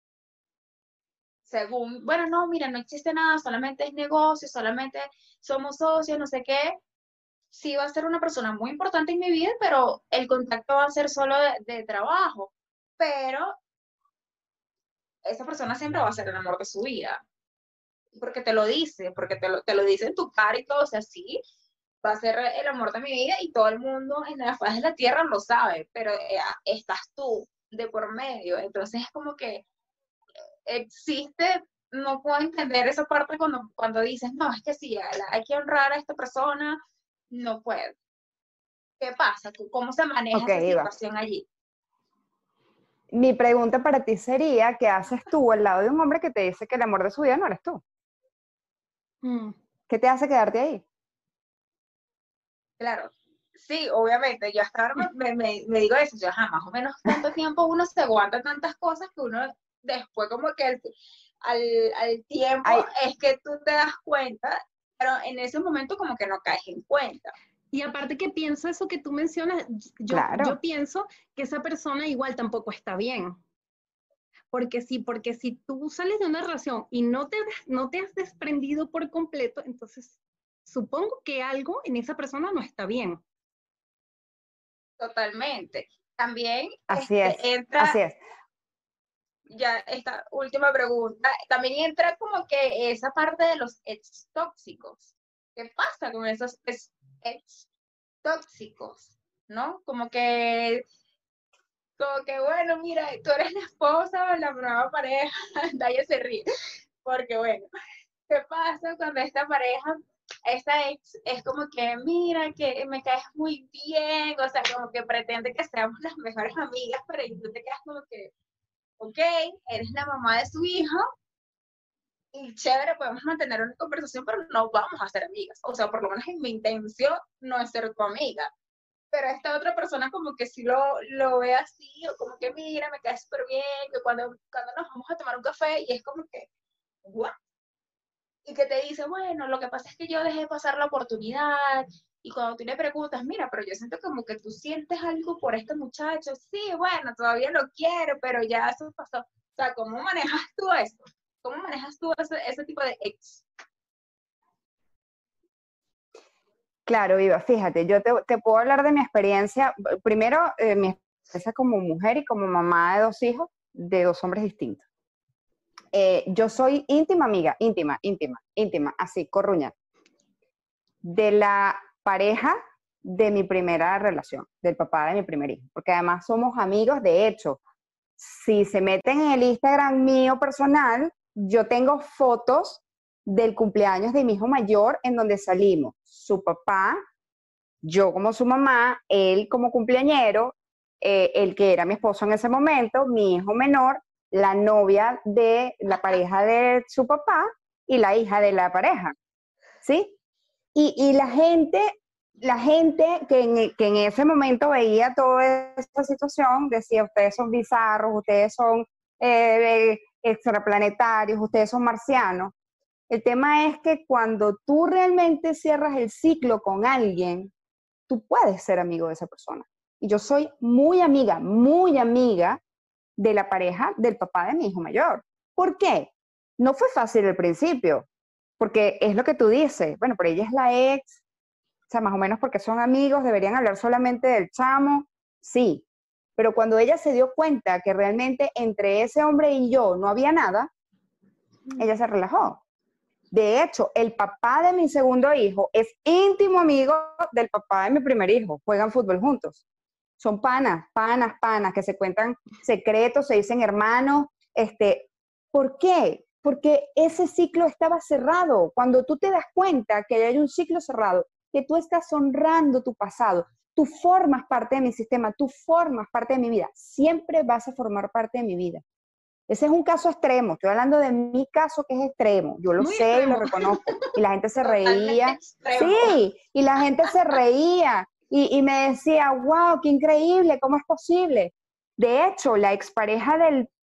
según, bueno, no, mira, no existe nada, solamente es negocio, solamente somos socios, no sé qué? Sí va a ser una persona muy importante en mi vida, pero el contacto va a ser solo de trabajo. Pero esa persona siempre va a ser el amor de su vida. Porque te lo dice, porque te lo dice en tu cara y todo, o sea, sí, va a ser el amor de mi vida y todo el mundo en la faz de la tierra lo sabe, pero estás tú de por medio, entonces es como que existe, no puedo entender esa parte cuando dices, no, es que sí, hay que honrar a esta persona, no puedo. ¿Qué pasa? ¿Cómo se maneja Ok, esa Iva. situación allí? Mi pregunta para ti sería, ¿qué haces tú al lado de un hombre que te dice que el amor de su vida no eres tú? Mm. ¿Qué te hace quedarte ahí? Claro, sí, obviamente, yo hasta ahora me digo eso, yo más o menos tanto tiempo uno se aguanta tantas cosas que uno después como que al tiempo Ay, es que tú te das cuenta, pero en ese momento como que no caes en cuenta. Y aparte que pienso eso que tú mencionas, yo claro. pienso que esa persona igual tampoco está bien. Porque si tú sales de una relación y no te has desprendido por completo, entonces supongo que algo en esa persona no está bien. Totalmente. También Así es, entra así es. ya esta última pregunta, también entra como que esa parte de los ex tóxicos. ¿Qué pasa con esos ex tóxicos? ¿No? Como que, bueno, mira, tú eres la esposa o la nueva pareja, Daya se ríe, porque bueno, ¿qué pasa cuando esta ex es como que, mira, que me caes muy bien, o sea, como que pretende que seamos las mejores amigas, pero tú te quedas como que, ok, eres la mamá de su hijo, y chévere, podemos mantener una conversación, pero no vamos a ser amigas, o sea, por lo menos en mi intención no es ser tu amiga. Pero esta otra persona como que sí lo ve así, o como que mira, me cae súper bien, que cuando nos vamos a tomar un café, y es como que, ¿what? Y que te dice, bueno, lo que pasa es que yo dejé pasar la oportunidad, y cuando tú le preguntas, mira, pero yo siento como que tú sientes algo por este muchacho, sí, bueno, todavía lo quiero, pero ya eso pasó. O sea, ¿cómo manejas tú eso? ¿Cómo manejas tú ese tipo de ex? Claro, Iva, fíjate, yo te puedo hablar de mi experiencia. Primero, mi experiencia como mujer y como mamá de dos hijos, de dos hombres distintos. Yo soy íntima amiga, íntima, así, corruña, de la pareja de mi primera relación, del papá de mi primer hijo, porque además somos amigos. De hecho, si se meten en el Instagram mío personal, yo tengo fotos del cumpleaños de mi hijo mayor en donde salimos su papá, yo como su mamá, él como cumpleañero, el que era mi esposo en ese momento, mi hijo menor, la novia de la pareja de su papá y la hija de la pareja, ¿sí? Y la gente que en ese momento veía toda esta situación decía, ustedes son bizarros, ustedes son extraplanetarios, ustedes son marcianos. El tema es que cuando tú realmente cierras el ciclo con alguien, tú puedes ser amigo de esa persona. Y yo soy muy amiga de la pareja del papá de mi hijo mayor. ¿Por qué? No fue fácil al principio, porque es lo que tú dices, bueno, pero ella es la ex, o sea, más o menos porque son amigos, deberían hablar solamente del chamo, sí, pero cuando ella se dio cuenta que realmente entre ese hombre y yo no había nada, ella se relajó. De hecho, el papá de mi segundo hijo es íntimo amigo del papá de mi primer hijo, juegan fútbol juntos. Son panas, que se cuentan secretos, se dicen hermanos. ¿Por qué? Porque ese ciclo estaba cerrado. Cuando tú te das cuenta que hay un ciclo cerrado, que tú estás honrando tu pasado, tú formas parte de mi sistema, tú formas parte de mi vida, siempre vas a formar parte de mi vida. Ese es un caso extremo, estoy hablando de mi caso que es extremo, yo lo Muy sé y lo extremo. reconozco, y la gente se Totalmente reía, extremo. sí, y la gente se reía, y me decía, wow, qué increíble, ¿cómo es posible? De hecho, la expareja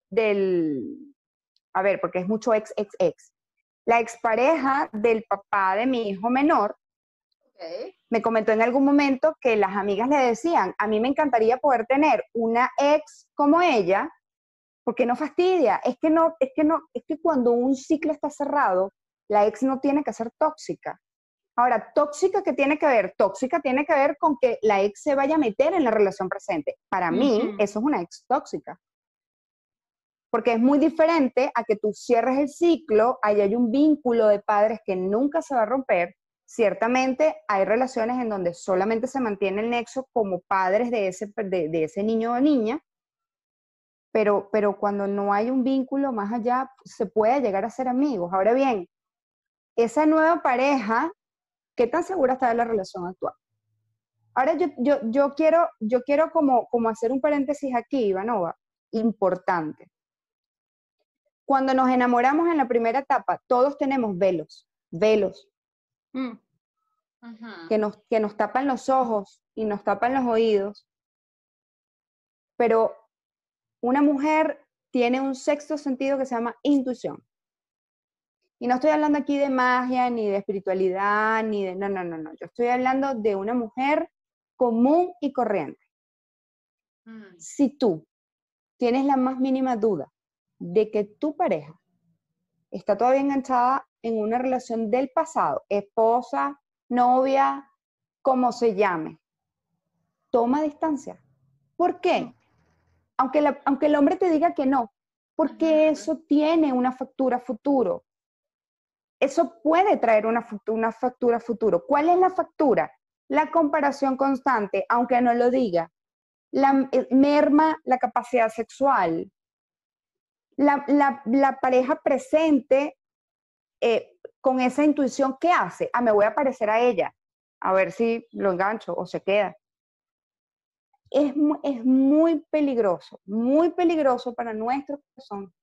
a ver, porque es mucho ex, la expareja del papá de mi hijo menor, Okay. me comentó en algún momento que las amigas le decían, a mí me encantaría poder tener una ex como ella, porque no fastidia, es que cuando un ciclo está cerrado, la ex no tiene que ser tóxica. Ahora, tóxica tiene que ver con que la ex se vaya a meter en la relación presente. Para mí, eso es una ex tóxica. Porque es muy diferente a que tú cierres el ciclo, ahí hay un vínculo de padres que nunca se va a romper. Ciertamente hay relaciones en donde solamente se mantiene el nexo como padres de ese niño o niña, pero cuando no hay un vínculo más allá, se puede llegar a ser amigos. Ahora bien, esa nueva pareja, ¿qué tan segura está de la relación actual? Ahora yo quiero como hacer un paréntesis aquí, Ivanova, importante. Cuando nos enamoramos en la primera etapa, todos tenemos velos Mm. que nos tapan los ojos y nos tapan los oídos, pero una mujer tiene un sexto sentido que se llama intuición. Y no estoy hablando aquí de magia, ni de espiritualidad, ni de... No. Yo estoy hablando de una mujer común y corriente. Si tú tienes la más mínima duda de que tu pareja está todavía enganchada en una relación del pasado, esposa, novia, como se llame, toma distancia. ¿Por qué? Aunque el hombre te diga que no, porque eso tiene una factura futuro. Eso puede traer una factura futuro. ¿Cuál es la factura? La comparación constante, aunque no lo diga. Merma la capacidad sexual. La pareja presente con esa intuición, ¿qué hace? Me voy a parecer a ella, a ver si lo engancho o se queda. Es muy peligroso para nuestro corazón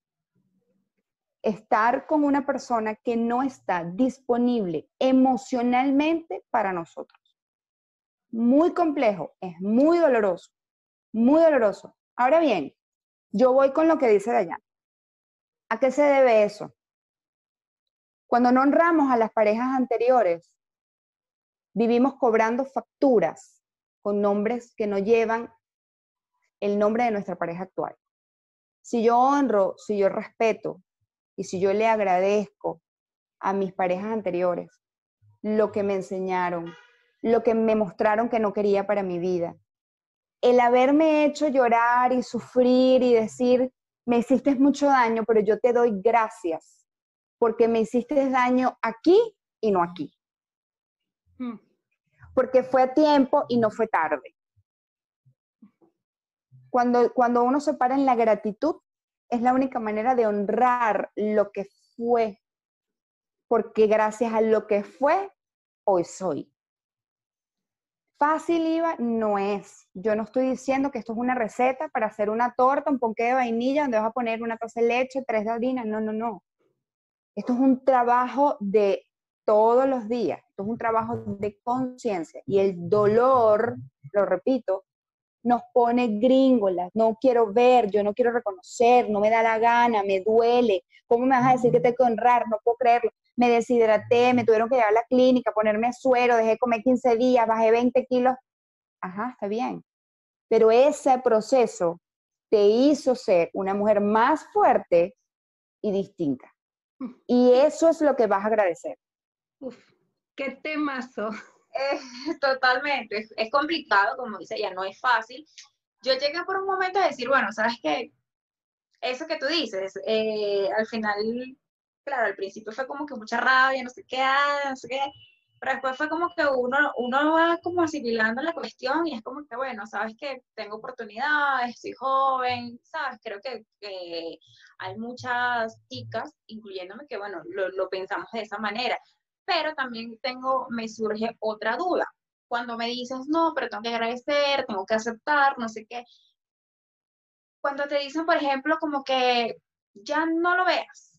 estar con una persona que no está disponible emocionalmente para nosotros. Muy complejo, es muy doloroso, muy doloroso. Ahora bien, yo voy con lo que dice Dayana. ¿A qué se debe eso? Cuando no honramos a las parejas anteriores, vivimos cobrando facturas con nombres que no llevan el nombre de nuestra pareja actual. Si yo honro, si yo respeto y si yo le agradezco a mis parejas anteriores lo que me enseñaron, lo que me mostraron que no quería para mi vida. El haberme hecho llorar y sufrir y decir, me hiciste mucho daño, pero yo te doy gracias, porque me hiciste daño aquí y no aquí. Porque fue a tiempo y no fue tarde. Cuando uno se para en la gratitud, es la única manera de honrar lo que fue, porque gracias a lo que fue, hoy soy. Fácil, Iva, no es. Yo no estoy diciendo que esto es una receta para hacer una torta, un ponqué de vainilla, donde vas a poner una taza de leche, 3 de harina. No, no, no. Esto es un trabajo de todos los días. Esto es un trabajo de conciencia. Y el dolor, lo repito, nos pone gringolas. No quiero ver, yo no quiero reconocer, no me da la gana, me duele. ¿Cómo me vas a decir que tengo que honrar? No puedo creerlo. Me deshidraté, me tuvieron que llevar a la clínica, ponerme suero, dejé de comer 15 días, bajé 20 kilos. Ajá, está bien. Pero ese proceso te hizo ser una mujer más fuerte y distinta. Y eso es lo que vas a agradecer. Uf, qué temazo. Totalmente, es complicado, como dice ella, no es fácil. Yo llegué por un momento a decir, bueno, ¿sabes qué? Eso que tú dices, al final, claro, al principio fue como que mucha rabia, no sé qué, no sé qué, pero después fue como que uno va como asimilando la cuestión y es como que, bueno, sabes que tengo oportunidades, soy joven, sabes, creo que hay muchas chicas, incluyéndome, que, bueno, lo pensamos de esa manera, pero también me surge otra duda. Cuando me dices, no, pero tengo que agradecer, tengo que aceptar, no sé qué, cuando te dicen, por ejemplo, como que ya no lo veas.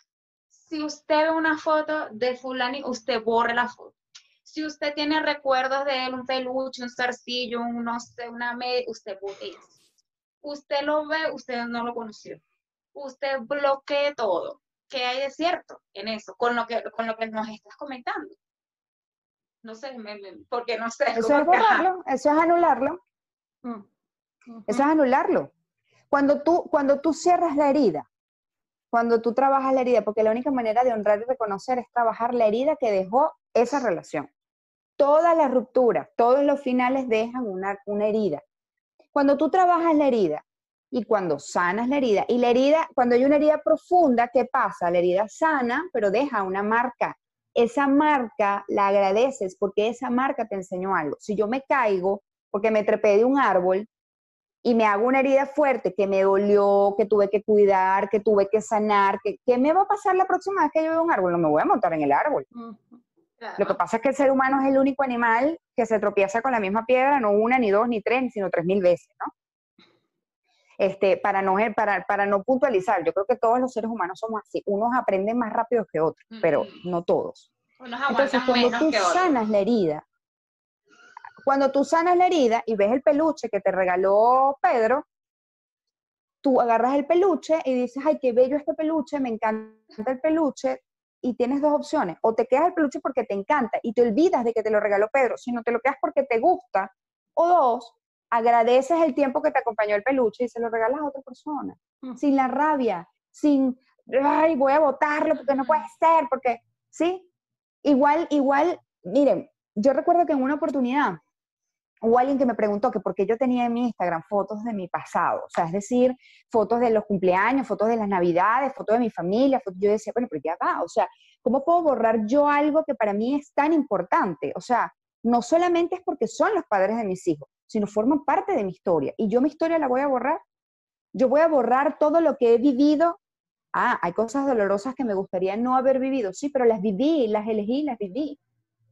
Si usted ve una foto de fulani, usted borre la foto. Si usted tiene recuerdos de él, un peluche, un zarcillo, un, no sé, una media, usted borre eso. Usted lo ve, usted no lo conoció. Usted bloquee todo. ¿Qué hay de cierto en eso? Con lo que nos estás comentando. No sé, porque no sé. Eso es borrarlo, eso es anularlo. Eso es anularlo. Cuando tú cierras la herida, cuando tú trabajas la herida, porque la única manera de honrar y reconocer es trabajar la herida que dejó esa relación. Todas las rupturas, todos los finales dejan una herida. Cuando tú trabajas la herida y cuando sanas la herida, y la herida, cuando hay una herida profunda, ¿qué pasa? La herida sana, pero deja una marca. Esa marca la agradeces porque esa marca te enseñó algo. Si yo me caigo porque me trepé de un árbol, y me hago una herida fuerte que me dolió, que tuve que cuidar, que tuve que sanar, ¿qué me va a pasar la próxima vez que yo veo un árbol? No me voy a montar en el árbol. Claro. Lo que pasa es que el ser humano es el único animal que se tropieza con la misma piedra, no una, ni dos, ni tres, sino 3000 veces, ¿no? Para no puntualizar, yo creo que todos los seres humanos somos así. Unos aprenden más rápido que otros, pero no todos. Unos Entonces, aguantan cuando menos tú que otros. sanas la herida, cuando tú sanas la herida y ves el peluche que te regaló Pedro, tú agarras el peluche y dices, ay, qué bello este peluche, me encanta el peluche, y tienes dos opciones, o te quedas el peluche porque te encanta y te olvidas de que te lo regaló Pedro, sino te lo quedas porque te gusta, o dos, agradeces el tiempo que te acompañó el peluche y se lo regalas a otra persona, sin la rabia, sin, ay, voy a botarlo porque no puede ser, porque, ¿sí? Igual, miren, yo recuerdo que en una oportunidad, hubo alguien que me preguntó que por qué yo tenía en mi Instagram fotos de mi pasado, o sea, es decir, fotos de los cumpleaños, fotos de las navidades, fotos de mi familia, yo decía, bueno, pero ya va, o sea, ¿cómo puedo borrar yo algo que para mí es tan importante? O sea, no solamente es porque son los padres de mis hijos, sino forman parte de mi historia, y yo mi historia la voy a borrar, yo voy a borrar todo lo que he vivido. Hay cosas dolorosas que me gustaría no haber vivido, sí, pero las viví, las elegí, las viví.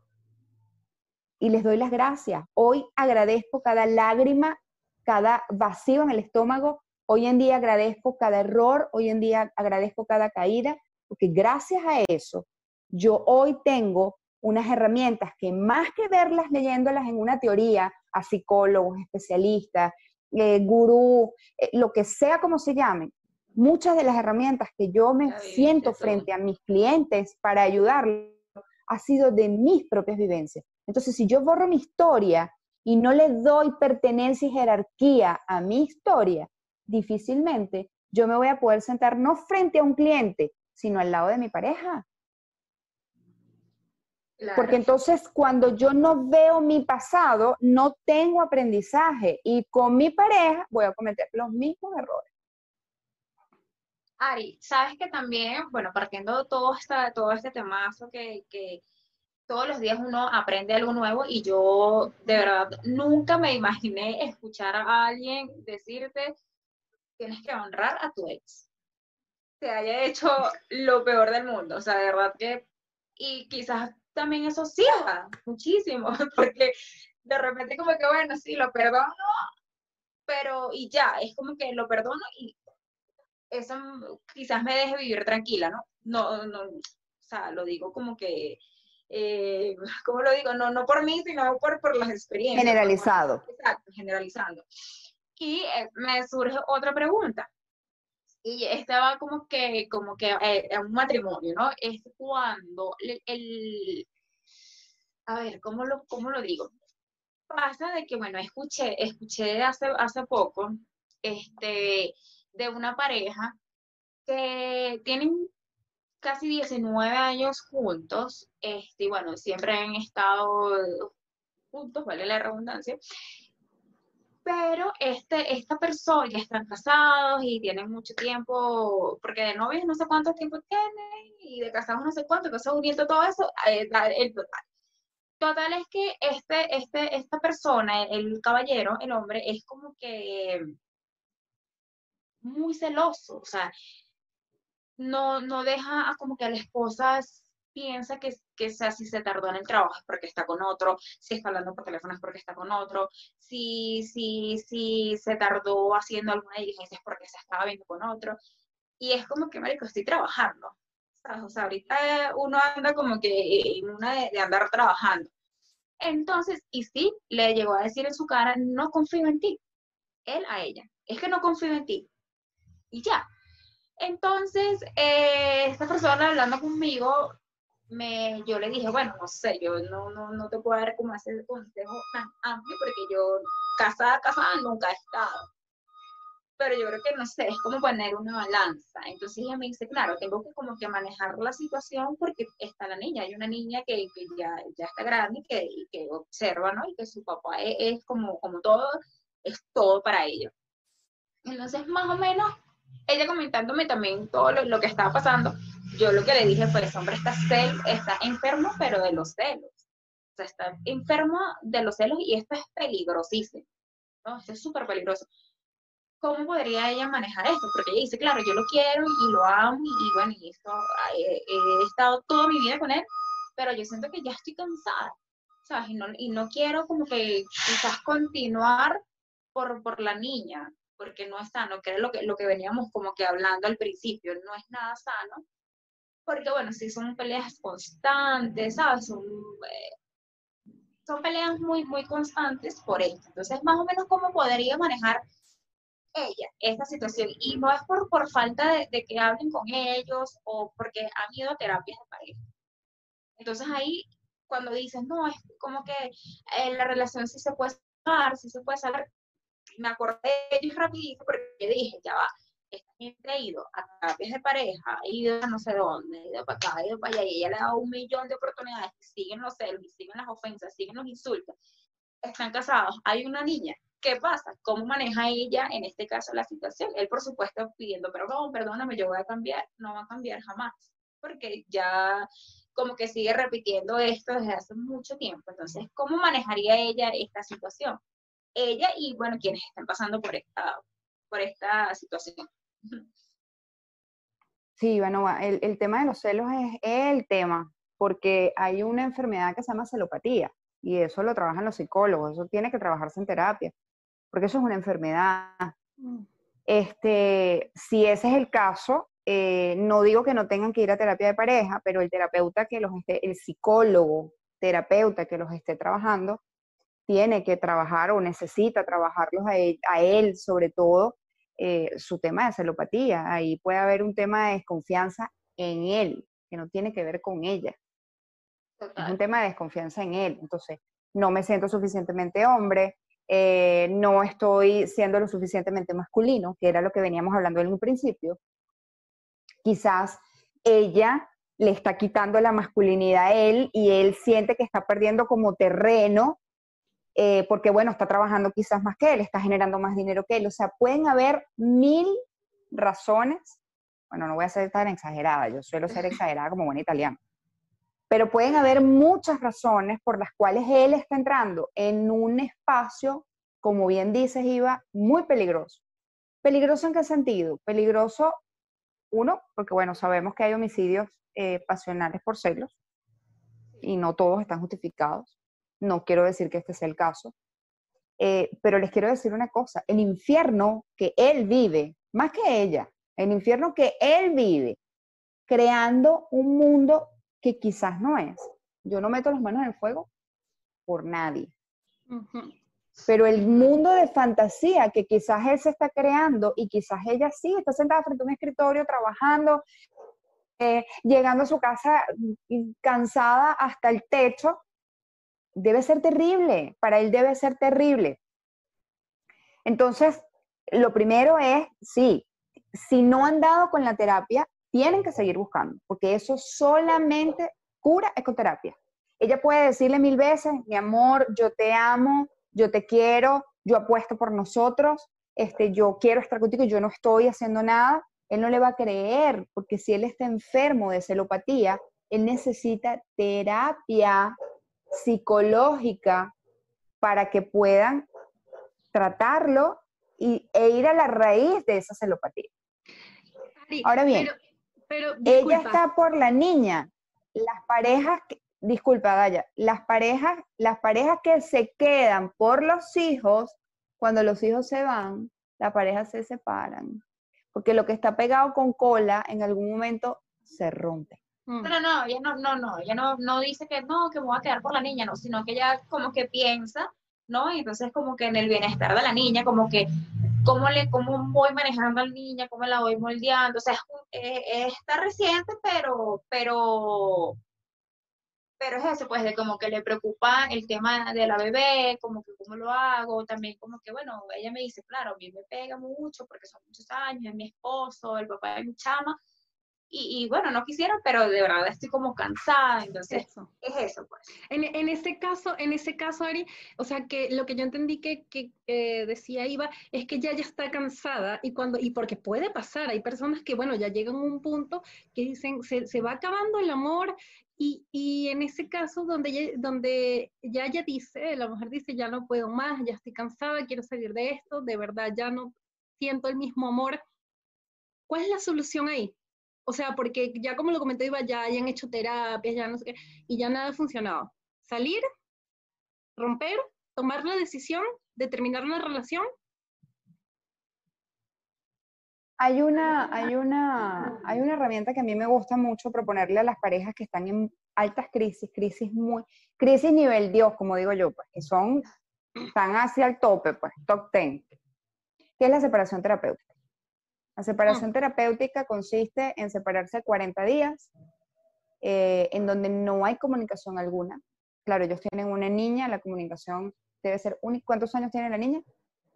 Y les doy las gracias. Hoy agradezco cada lágrima, cada vacío en el estómago. Hoy en día agradezco cada error, hoy en día agradezco cada caída, porque gracias a eso yo hoy tengo unas herramientas que más que verlas leyéndolas en una teoría a psicólogos, especialistas, gurú, lo que sea como se llamen, muchas de las herramientas que yo me siento frente a mis clientes para ayudarlos ha sido de mis propias vivencias. Entonces, si yo borro mi historia y no le doy pertenencia y jerarquía a mi historia, difícilmente yo me voy a poder sentar no frente a un cliente, sino al lado de mi pareja. Claro. Porque entonces cuando yo no veo mi pasado, no tengo aprendizaje y con mi pareja voy a cometer los mismos errores. Ari, sabes que también, bueno, partiendo de todo este temazo que todos los días uno aprende algo nuevo y yo de verdad nunca me imaginé escuchar a alguien decirte tienes que honrar a tu ex, te haya hecho lo peor del mundo, o sea, de verdad que, y quizás también eso sirva muchísimo, porque de repente como que bueno, sí, lo perdono, pero y ya, es como que lo perdono y eso quizás me deje vivir tranquila, ¿no? O sea, lo digo como que, ¿cómo lo digo? No por mí, sino por las experiencias. Generalizado. Exacto, generalizando. Y me surge otra pregunta. Y esta va como que a un matrimonio, ¿no? Es cuando a ver, ¿cómo lo digo? Pasa de que, bueno, escuché hace poco, de una pareja que tienen casi 19 años juntos, y bueno, siempre han estado juntos, vale la redundancia, pero esta persona ya están casados y tienen mucho tiempo, porque de novios no sé cuánto tiempo tienen y de casados no sé cuánto, entonces uniendo todo eso, da el total. Total es que esta persona, el caballero, el hombre, es como que muy celoso, o sea, no deja como que a la esposa piensa que sea, si se tardó en el trabajo es porque está con otro, si está hablando por teléfono es porque está con otro, si se tardó haciendo alguna diligencia es porque se estaba viendo con otro. Y es como que, marico, estoy trabajando. ¿Sabes? O sea, ahorita uno anda como que en una de andar trabajando. Entonces, y sí, le llegó a decir en su cara, no confío en ti. Él a ella. Es que no confío en ti. Y ya. Entonces, esta persona hablando conmigo, yo le dije, bueno, no sé, yo no te puedo dar como ese consejo tan amplio porque yo casada nunca he estado. Pero yo creo que, no sé, es como poner una balanza. Entonces ella me dice, claro, tengo que como que manejar la situación porque está la niña, hay una niña que ya está grande y que observa, ¿no? Y que su papá es como todo, es todo para ellos. Entonces, más o menos, ella comentándome también todo lo que estaba pasando, yo lo que le dije fue, ese hombre está enfermo, pero de los celos. O sea, está enfermo de los celos y esto es peligrosísimo, ¿no? Esto es súper peligroso. ¿Cómo podría ella manejar esto? Porque ella dice, claro, yo lo quiero y lo amo y bueno, y esto, he estado toda mi vida con él, pero yo siento que ya estoy cansada, ¿sabes? Y no quiero como que quizás continuar por la niña, porque no es sano, que era lo que veníamos como que hablando al principio, no es nada sano, porque bueno, sí son peleas constantes, ¿sabes? Son peleas muy, muy constantes por esto. Entonces, más o menos, ¿cómo podría manejar ella esta situación? Y no es por falta de que hablen con ellos o porque han ido a terapias de pareja. Entonces ahí, cuando dices, no, es como que la relación sí se puede salvar, sí se puede salvar, me acordé de ellos rapidito porque dije, ya va, esta gente ha ido a terapias de pareja, ha ido a no sé dónde, ha ido para acá, ha ido para allá, y ella le ha dado 1 millón de oportunidades, siguen los celos, siguen las ofensas, siguen los insultos, están casados, hay una niña. ¿Qué pasa? ¿Cómo maneja ella en este caso la situación? Él, por supuesto, pidiendo perdón, perdóname, yo voy a cambiar. No va a cambiar jamás, porque ya como que sigue repitiendo esto desde hace mucho tiempo. Entonces, ¿cómo manejaría ella esta situación? Ella y, bueno, quienes están pasando por esta situación. Sí, bueno, el tema de los celos es el tema, porque hay una enfermedad que se llama celopatía y eso lo trabajan los psicólogos, eso tiene que trabajarse en terapia, porque eso es una enfermedad. Si ese es el caso, no digo que no tengan que ir a terapia de pareja, pero el terapeuta el psicólogo terapeuta que los esté trabajando, tiene que trabajar o necesita trabajarlos a él sobre todo, su tema de celopatía. Ahí puede haber un tema de desconfianza en él, que no tiene que ver con ella. Es un Total. tema de desconfianza en él. Entonces, no me siento suficientemente hombre, no estoy siendo lo suficientemente masculino, que era lo que veníamos hablando en un principio. Quizás ella le está quitando la masculinidad a él y él siente que está perdiendo como terreno porque, bueno, está trabajando quizás más que él, está generando más dinero que él. O sea, pueden haber 1000 razones. Bueno, no voy a ser tan exagerada, yo suelo ser exagerada como buena italiana. Pero pueden haber muchas razones por las cuales él está entrando en un espacio, como bien dices, Iva, muy peligroso. ¿Peligroso en qué sentido? Peligroso, uno, porque bueno, sabemos que hay homicidios pasionales por celos y no todos están justificados. No quiero decir que este sea el caso, pero les quiero decir una cosa, el infierno que él vive, más que ella, el infierno que él vive, creando un mundo que quizás no es. Yo no meto las manos en el fuego por nadie. Ujú. Pero el mundo de fantasía que quizás él se está creando y quizás ella sí está sentada frente a un escritorio trabajando, llegando a su casa cansada hasta el techo, debe ser terrible, para él debe ser terrible. Entonces, lo primero es, sí, si no han dado con la terapia, tienen que seguir buscando, porque eso solamente cura ecoterapia. Ella puede decirle 1000 veces, mi amor, yo te amo, yo te quiero, yo apuesto por nosotros, yo quiero estar contigo, yo no estoy haciendo nada. Él no le va a creer, porque si él está enfermo de celopatía, él necesita terapia psicológica para que puedan tratarlo e ir a la raíz de esa celopatía. Ari, Ahora bien, pero ella disculpa. está por la niña. Las parejas, disculpa, Daya, las parejas que se quedan por los hijos, cuando los hijos se van, las parejas se separan. Porque lo que está pegado con cola en algún momento se rompe. Ella no dice que no, que me voy a quedar por la niña, no, sino que ella como que piensa, ¿no? Y entonces como que en el bienestar de la niña, como que cómo voy manejando a la niña, cómo la voy moldeando, o sea, está reciente, pero es eso, pues, de como que le preocupa el tema de la bebé, como que cómo lo hago, también como que, bueno, ella me dice, claro, a mí me pega mucho porque son muchos años, es mi esposo, el papá de mi chama, y bueno, no quisiera, pero de verdad estoy como cansada, entonces Eso. es eso, pues. En ese caso, Ari, o sea, que lo que yo entendí que decía Iva es que ya está cansada y porque puede pasar, hay personas que, bueno, ya llegan a un punto que dicen, se va acabando el amor y en ese caso donde ya ella dice, la mujer dice, ya no puedo más, ya estoy cansada, quiero salir de esto, de verdad ya no siento el mismo amor. ¿Cuál es la solución ahí? O sea, porque ya como lo comenté, Iba, ya hayan hecho terapias, ya no sé qué, y ya nada ha funcionado. Salir, romper, tomar la decisión de terminar una relación. Hay una herramienta que a mí me gusta mucho proponerle a las parejas que están en altas crisis nivel Dios, como digo yo, pues, que están hacia el tope, pues, top 10, que es la separación terapéutica. La separación terapéutica consiste en separarse 40 días, en donde no hay comunicación alguna. Claro, ellos tienen una niña, la comunicación debe ser única. ¿Cuántos años tiene la niña?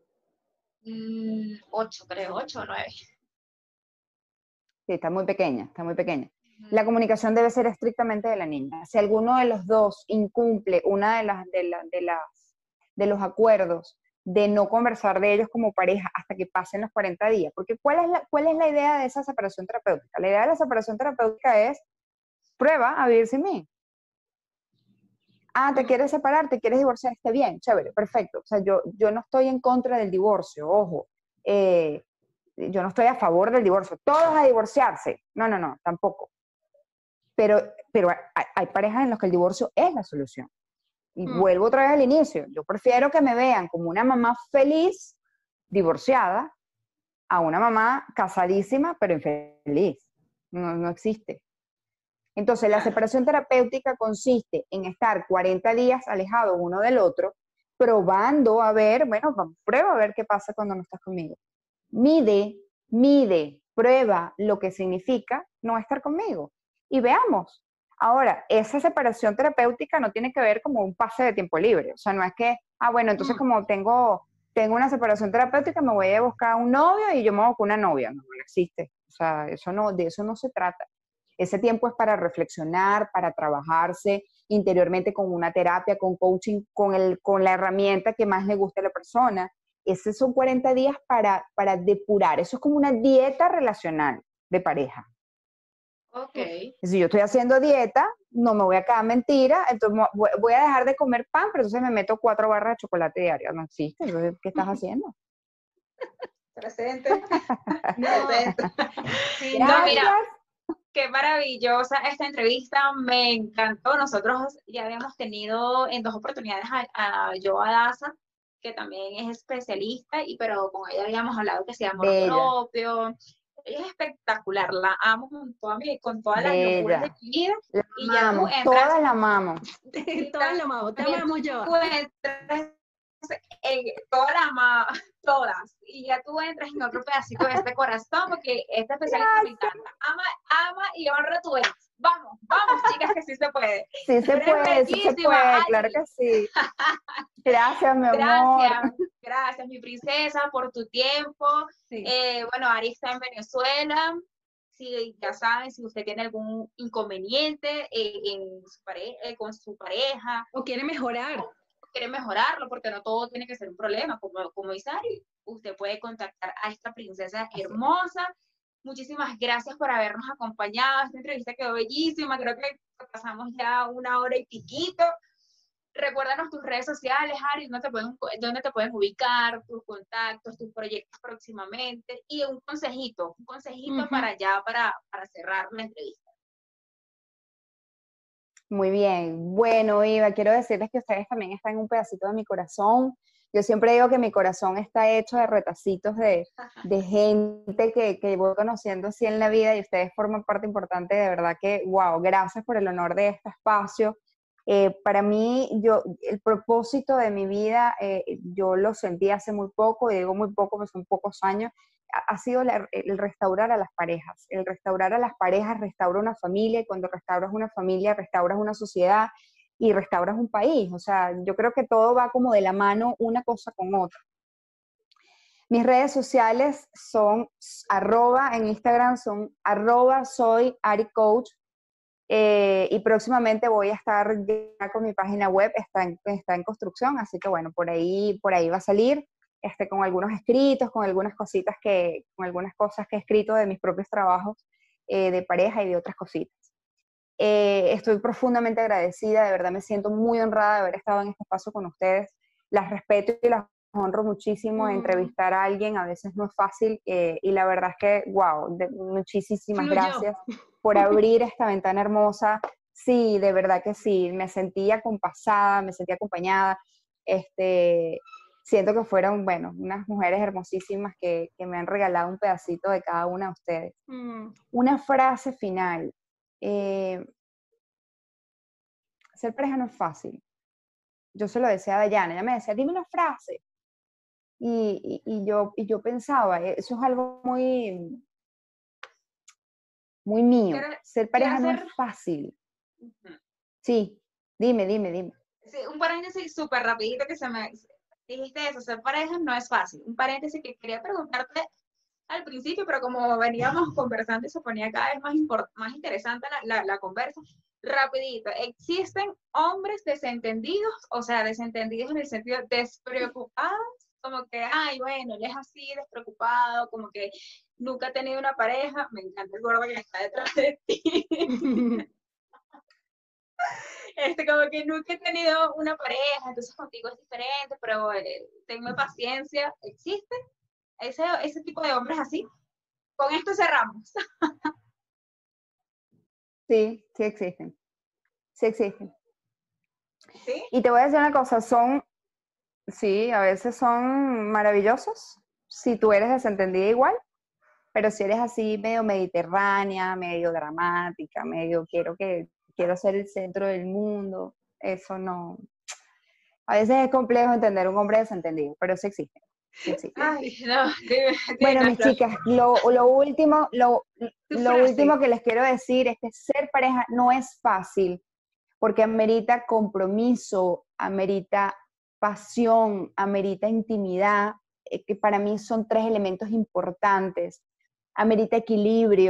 8, creo, 8 o 9. Sí, está muy pequeña, está muy pequeña. La comunicación debe ser estrictamente de la niña. Si alguno de los dos incumple una de los acuerdos de no conversar de ellos como pareja hasta que pasen los 40 días, porque ¿cuál es la idea de esa separación terapéutica? La idea de la separación terapéutica es prueba a vivir sin mí. Ah, te quieres separar, te quieres divorciar, está bien, chévere, perfecto. O sea, yo no estoy en contra del divorcio, ojo. Yo no estoy a favor del divorcio. Todos a divorciarse. No, tampoco. Pero hay parejas en las que el divorcio es la solución. Y vuelvo otra vez al inicio. Yo prefiero que me vean como una mamá feliz, divorciada, a una mamá casadísima, pero infeliz. No existe. Entonces, la separación terapéutica consiste en estar 40 días alejados uno del otro, probando a ver, bueno, prueba a ver qué pasa cuando no estás conmigo. Mide, prueba lo que significa no estar conmigo. Y veamos. Ahora, esa separación terapéutica no tiene que ver como un pase de tiempo libre. O sea, no es que, bueno, entonces como tengo una separación terapéutica, me voy a buscar un novio y yo me voy con una novia. No existe. O sea, de eso no se trata. Ese tiempo es para reflexionar, para trabajarse interiormente con una terapia, con coaching, con la herramienta que más le guste a la persona. Esos son 40 días para depurar. Eso es como una dieta relacional de pareja. Ok. Si yo estoy haciendo dieta, no me voy a quedar mentira, entonces voy a dejar de comer pan, pero entonces me meto 4 barras de chocolate diarias. No existe. Entonces, ¿qué estás haciendo? Presente. No, Presente. sí, No, Gracias. mira, qué maravillosa esta entrevista, me encantó. Nosotros ya habíamos tenido en 2 oportunidades a Joa Daza, que también es especialista, pero con ella habíamos hablado que sea amor Bella, propio. Ella es espectacular, la amo con todas las locuras de bella. mi vida. La Y ya tú amamos, entras, todas la amamos. y todas lo amamos, te también amamos yo. tú entras todas las todas, y ya tú entras en otro pedacito de este corazón, porque este especialista me encanta, ama y honra tu ex. Vamos, chicas, que sí se puede. Sí se Tú eres puede, sí se bellísima, puede, claro Ari. que sí. Gracias, mi amor. Gracias, mi princesa, por tu tiempo. Sí. Bueno, Ari está en Venezuela. Si ya saben, si usted tiene algún inconveniente con su pareja, O quiere mejorar. quiere mejorarlo, porque no todo tiene que ser un problema, como dice Ari, usted puede contactar a esta princesa hermosa. Muchísimas gracias por habernos acompañado. Esta entrevista quedó bellísima, creo que pasamos ya 1 hora y piquito. Recuérdanos tus redes sociales, Ari, dónde te pueden ubicar, tus contactos, tus proyectos próximamente, y un consejito para cerrar la entrevista. Muy bien. Bueno, Iva, quiero decirles que ustedes también están en un pedacito de mi corazón. Yo siempre digo que mi corazón está hecho de retacitos de gente que voy conociendo así en la vida, y ustedes forman parte importante. De verdad que, wow, gracias por el honor de este espacio. Para mí, el propósito de mi vida, yo lo sentí hace muy poco, y digo muy poco, pues son pocos años, ha sido el restaurar a las parejas. El restaurar a las parejas restaura una familia, y cuando restauras una familia, restauras una sociedad y restauras un país. O sea, yo creo que todo va como de la mano una cosa con otra. Mis redes sociales son en Instagram son @soy Ari Coach. Y próximamente voy a estar ya con mi página web, está en construcción, así que bueno, por ahí va a salir, con algunos escritos, con algunas cosas que he escrito de mis propios trabajos de pareja y de otras cositas. Estoy profundamente agradecida, de verdad me siento muy honrada de haber estado en este espacio con ustedes. Las respeto y las honro muchísimo. Entrevistar a alguien a veces no es fácil, y la verdad es que, wow, muchísimas gracias por abrir esta ventana hermosa. Sí, de verdad que sí, me sentí acompasada, me sentí acompañada. Siento que fueron, bueno, unas mujeres hermosísimas que me han regalado un pedacito de cada una de ustedes. Una frase final. Ser pareja no es fácil. Yo se lo decía a Dayana, ella me decía, dime una frase. Y yo pensaba, eso es algo muy, muy mío. Ser pareja no es fácil. Sí, dime. Sí, un paréntesis súper rapidito que se me dijiste eso, ser pareja no es fácil. Un paréntesis que quería preguntarte al principio, pero como veníamos conversando y se ponía cada vez más interesante la conversa, rapidito, ¿existen hombres desentendidos? O sea, desentendidos en el sentido despreocupados, como que, ay, bueno, él es así, despreocupado, como que nunca ha tenido una pareja. Me encanta el gordo que está detrás de ti. Como que nunca he tenido una pareja, entonces contigo es diferente, pero tenme paciencia. ¿Existe ese tipo de hombres así? Con esto cerramos. Sí, sí existen. Sí existen. ¿Sí? Y te voy a decir una cosa, sí, a veces son maravillosos, si tú eres desentendida igual, pero si eres así medio mediterránea, medio dramática, medio quiero ser el centro del mundo, eso no. A veces es complejo entender un hombre desentendido, pero sí existe. Sí existe. Ay, no, dime, Bueno, mis chicas, lo último que les quiero decir es que ser pareja no es fácil, porque amerita compromiso, amerita pasión, amerita intimidad, que para mí son 3 elementos importantes. Amerita equilibrio,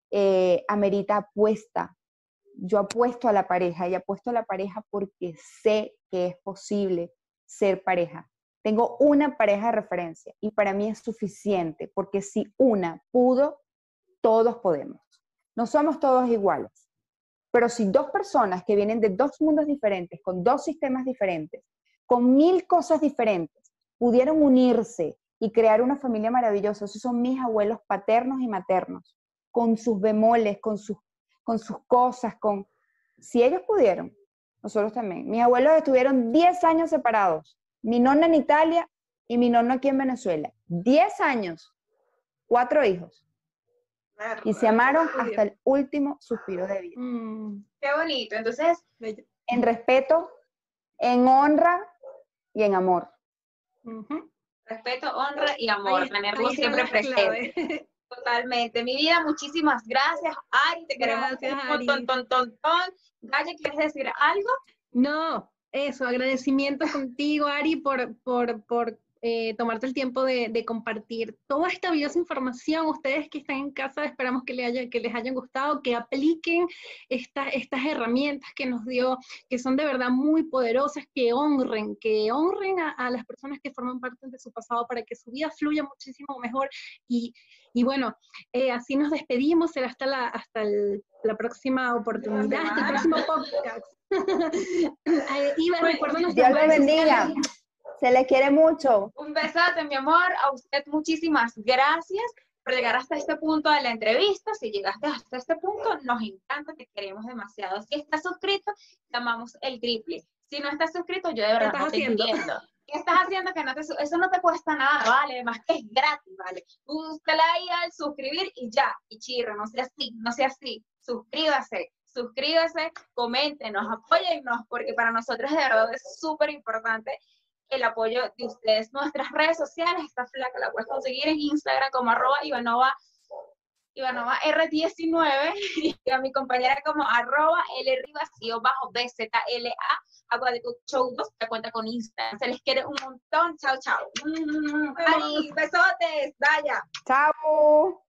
amerita apuesta. Yo apuesto a la pareja y apuesto a la pareja porque sé que es posible ser pareja. Tengo una pareja de referencia y para mí es suficiente, porque si una pudo, todos podemos. No somos todos iguales, pero si dos personas que vienen de dos mundos diferentes, con dos sistemas diferentes, con 1000 cosas diferentes, pudieron unirse y crear una familia maravillosa, esos son mis abuelos paternos y maternos, con sus bemoles, con sus cosas, si ellos pudieron, nosotros también. Mis abuelos estuvieron 10 años separados, mi nonna en Italia y mi nonna aquí en Venezuela. 10 años, 4 hijos. Y se amaron hasta el último suspiro de vida. Qué bonito. Entonces, en respeto, en honra y en amor. Respeto, honra y amor. Tenerlo siempre presente. Totalmente. Mi vida, muchísimas gracias, Ari. Te queremos un montón. Gaia, ¿quieres decir algo? No, eso, agradecimiento contigo, Ari, por tomarte el tiempo de compartir toda esta valiosa información. Ustedes que están en casa, esperamos que les hayan gustado, que apliquen estas herramientas que nos dio, que son de verdad muy poderosas, que honren a las personas que forman parte de su pasado para que su vida fluya muchísimo mejor. Y bueno, así nos despedimos, será hasta la próxima oportunidad, hasta el próximo podcast. Dios lo bendiga. Se le quiere mucho. Un besote, mi amor. A usted muchísimas gracias por llegar hasta este punto de la entrevista. Si llegaste hasta este punto, nos encanta, te queremos demasiado. Si estás suscrito, te amamos el triple. Si no estás suscrito, yo de verdad no te entiendo. ¿Qué estás haciendo que eso no te cuesta nada, vale? Además que es gratis, vale. Búscala ahí al suscribir y ya. Y chirro, no sea así. Suscríbase, coméntenos, apóyennos, porque para nosotros de verdad es súper importante el apoyo de ustedes. Nuestras redes sociales, esta flaca la puedes conseguir en Instagram como @ivanova R19 y a mi compañera como @LRivas_BZLA. Show 2 que cuenta con Instagram. Se les quiere un montón. Chao. Ari, besotes. Daya. Chao.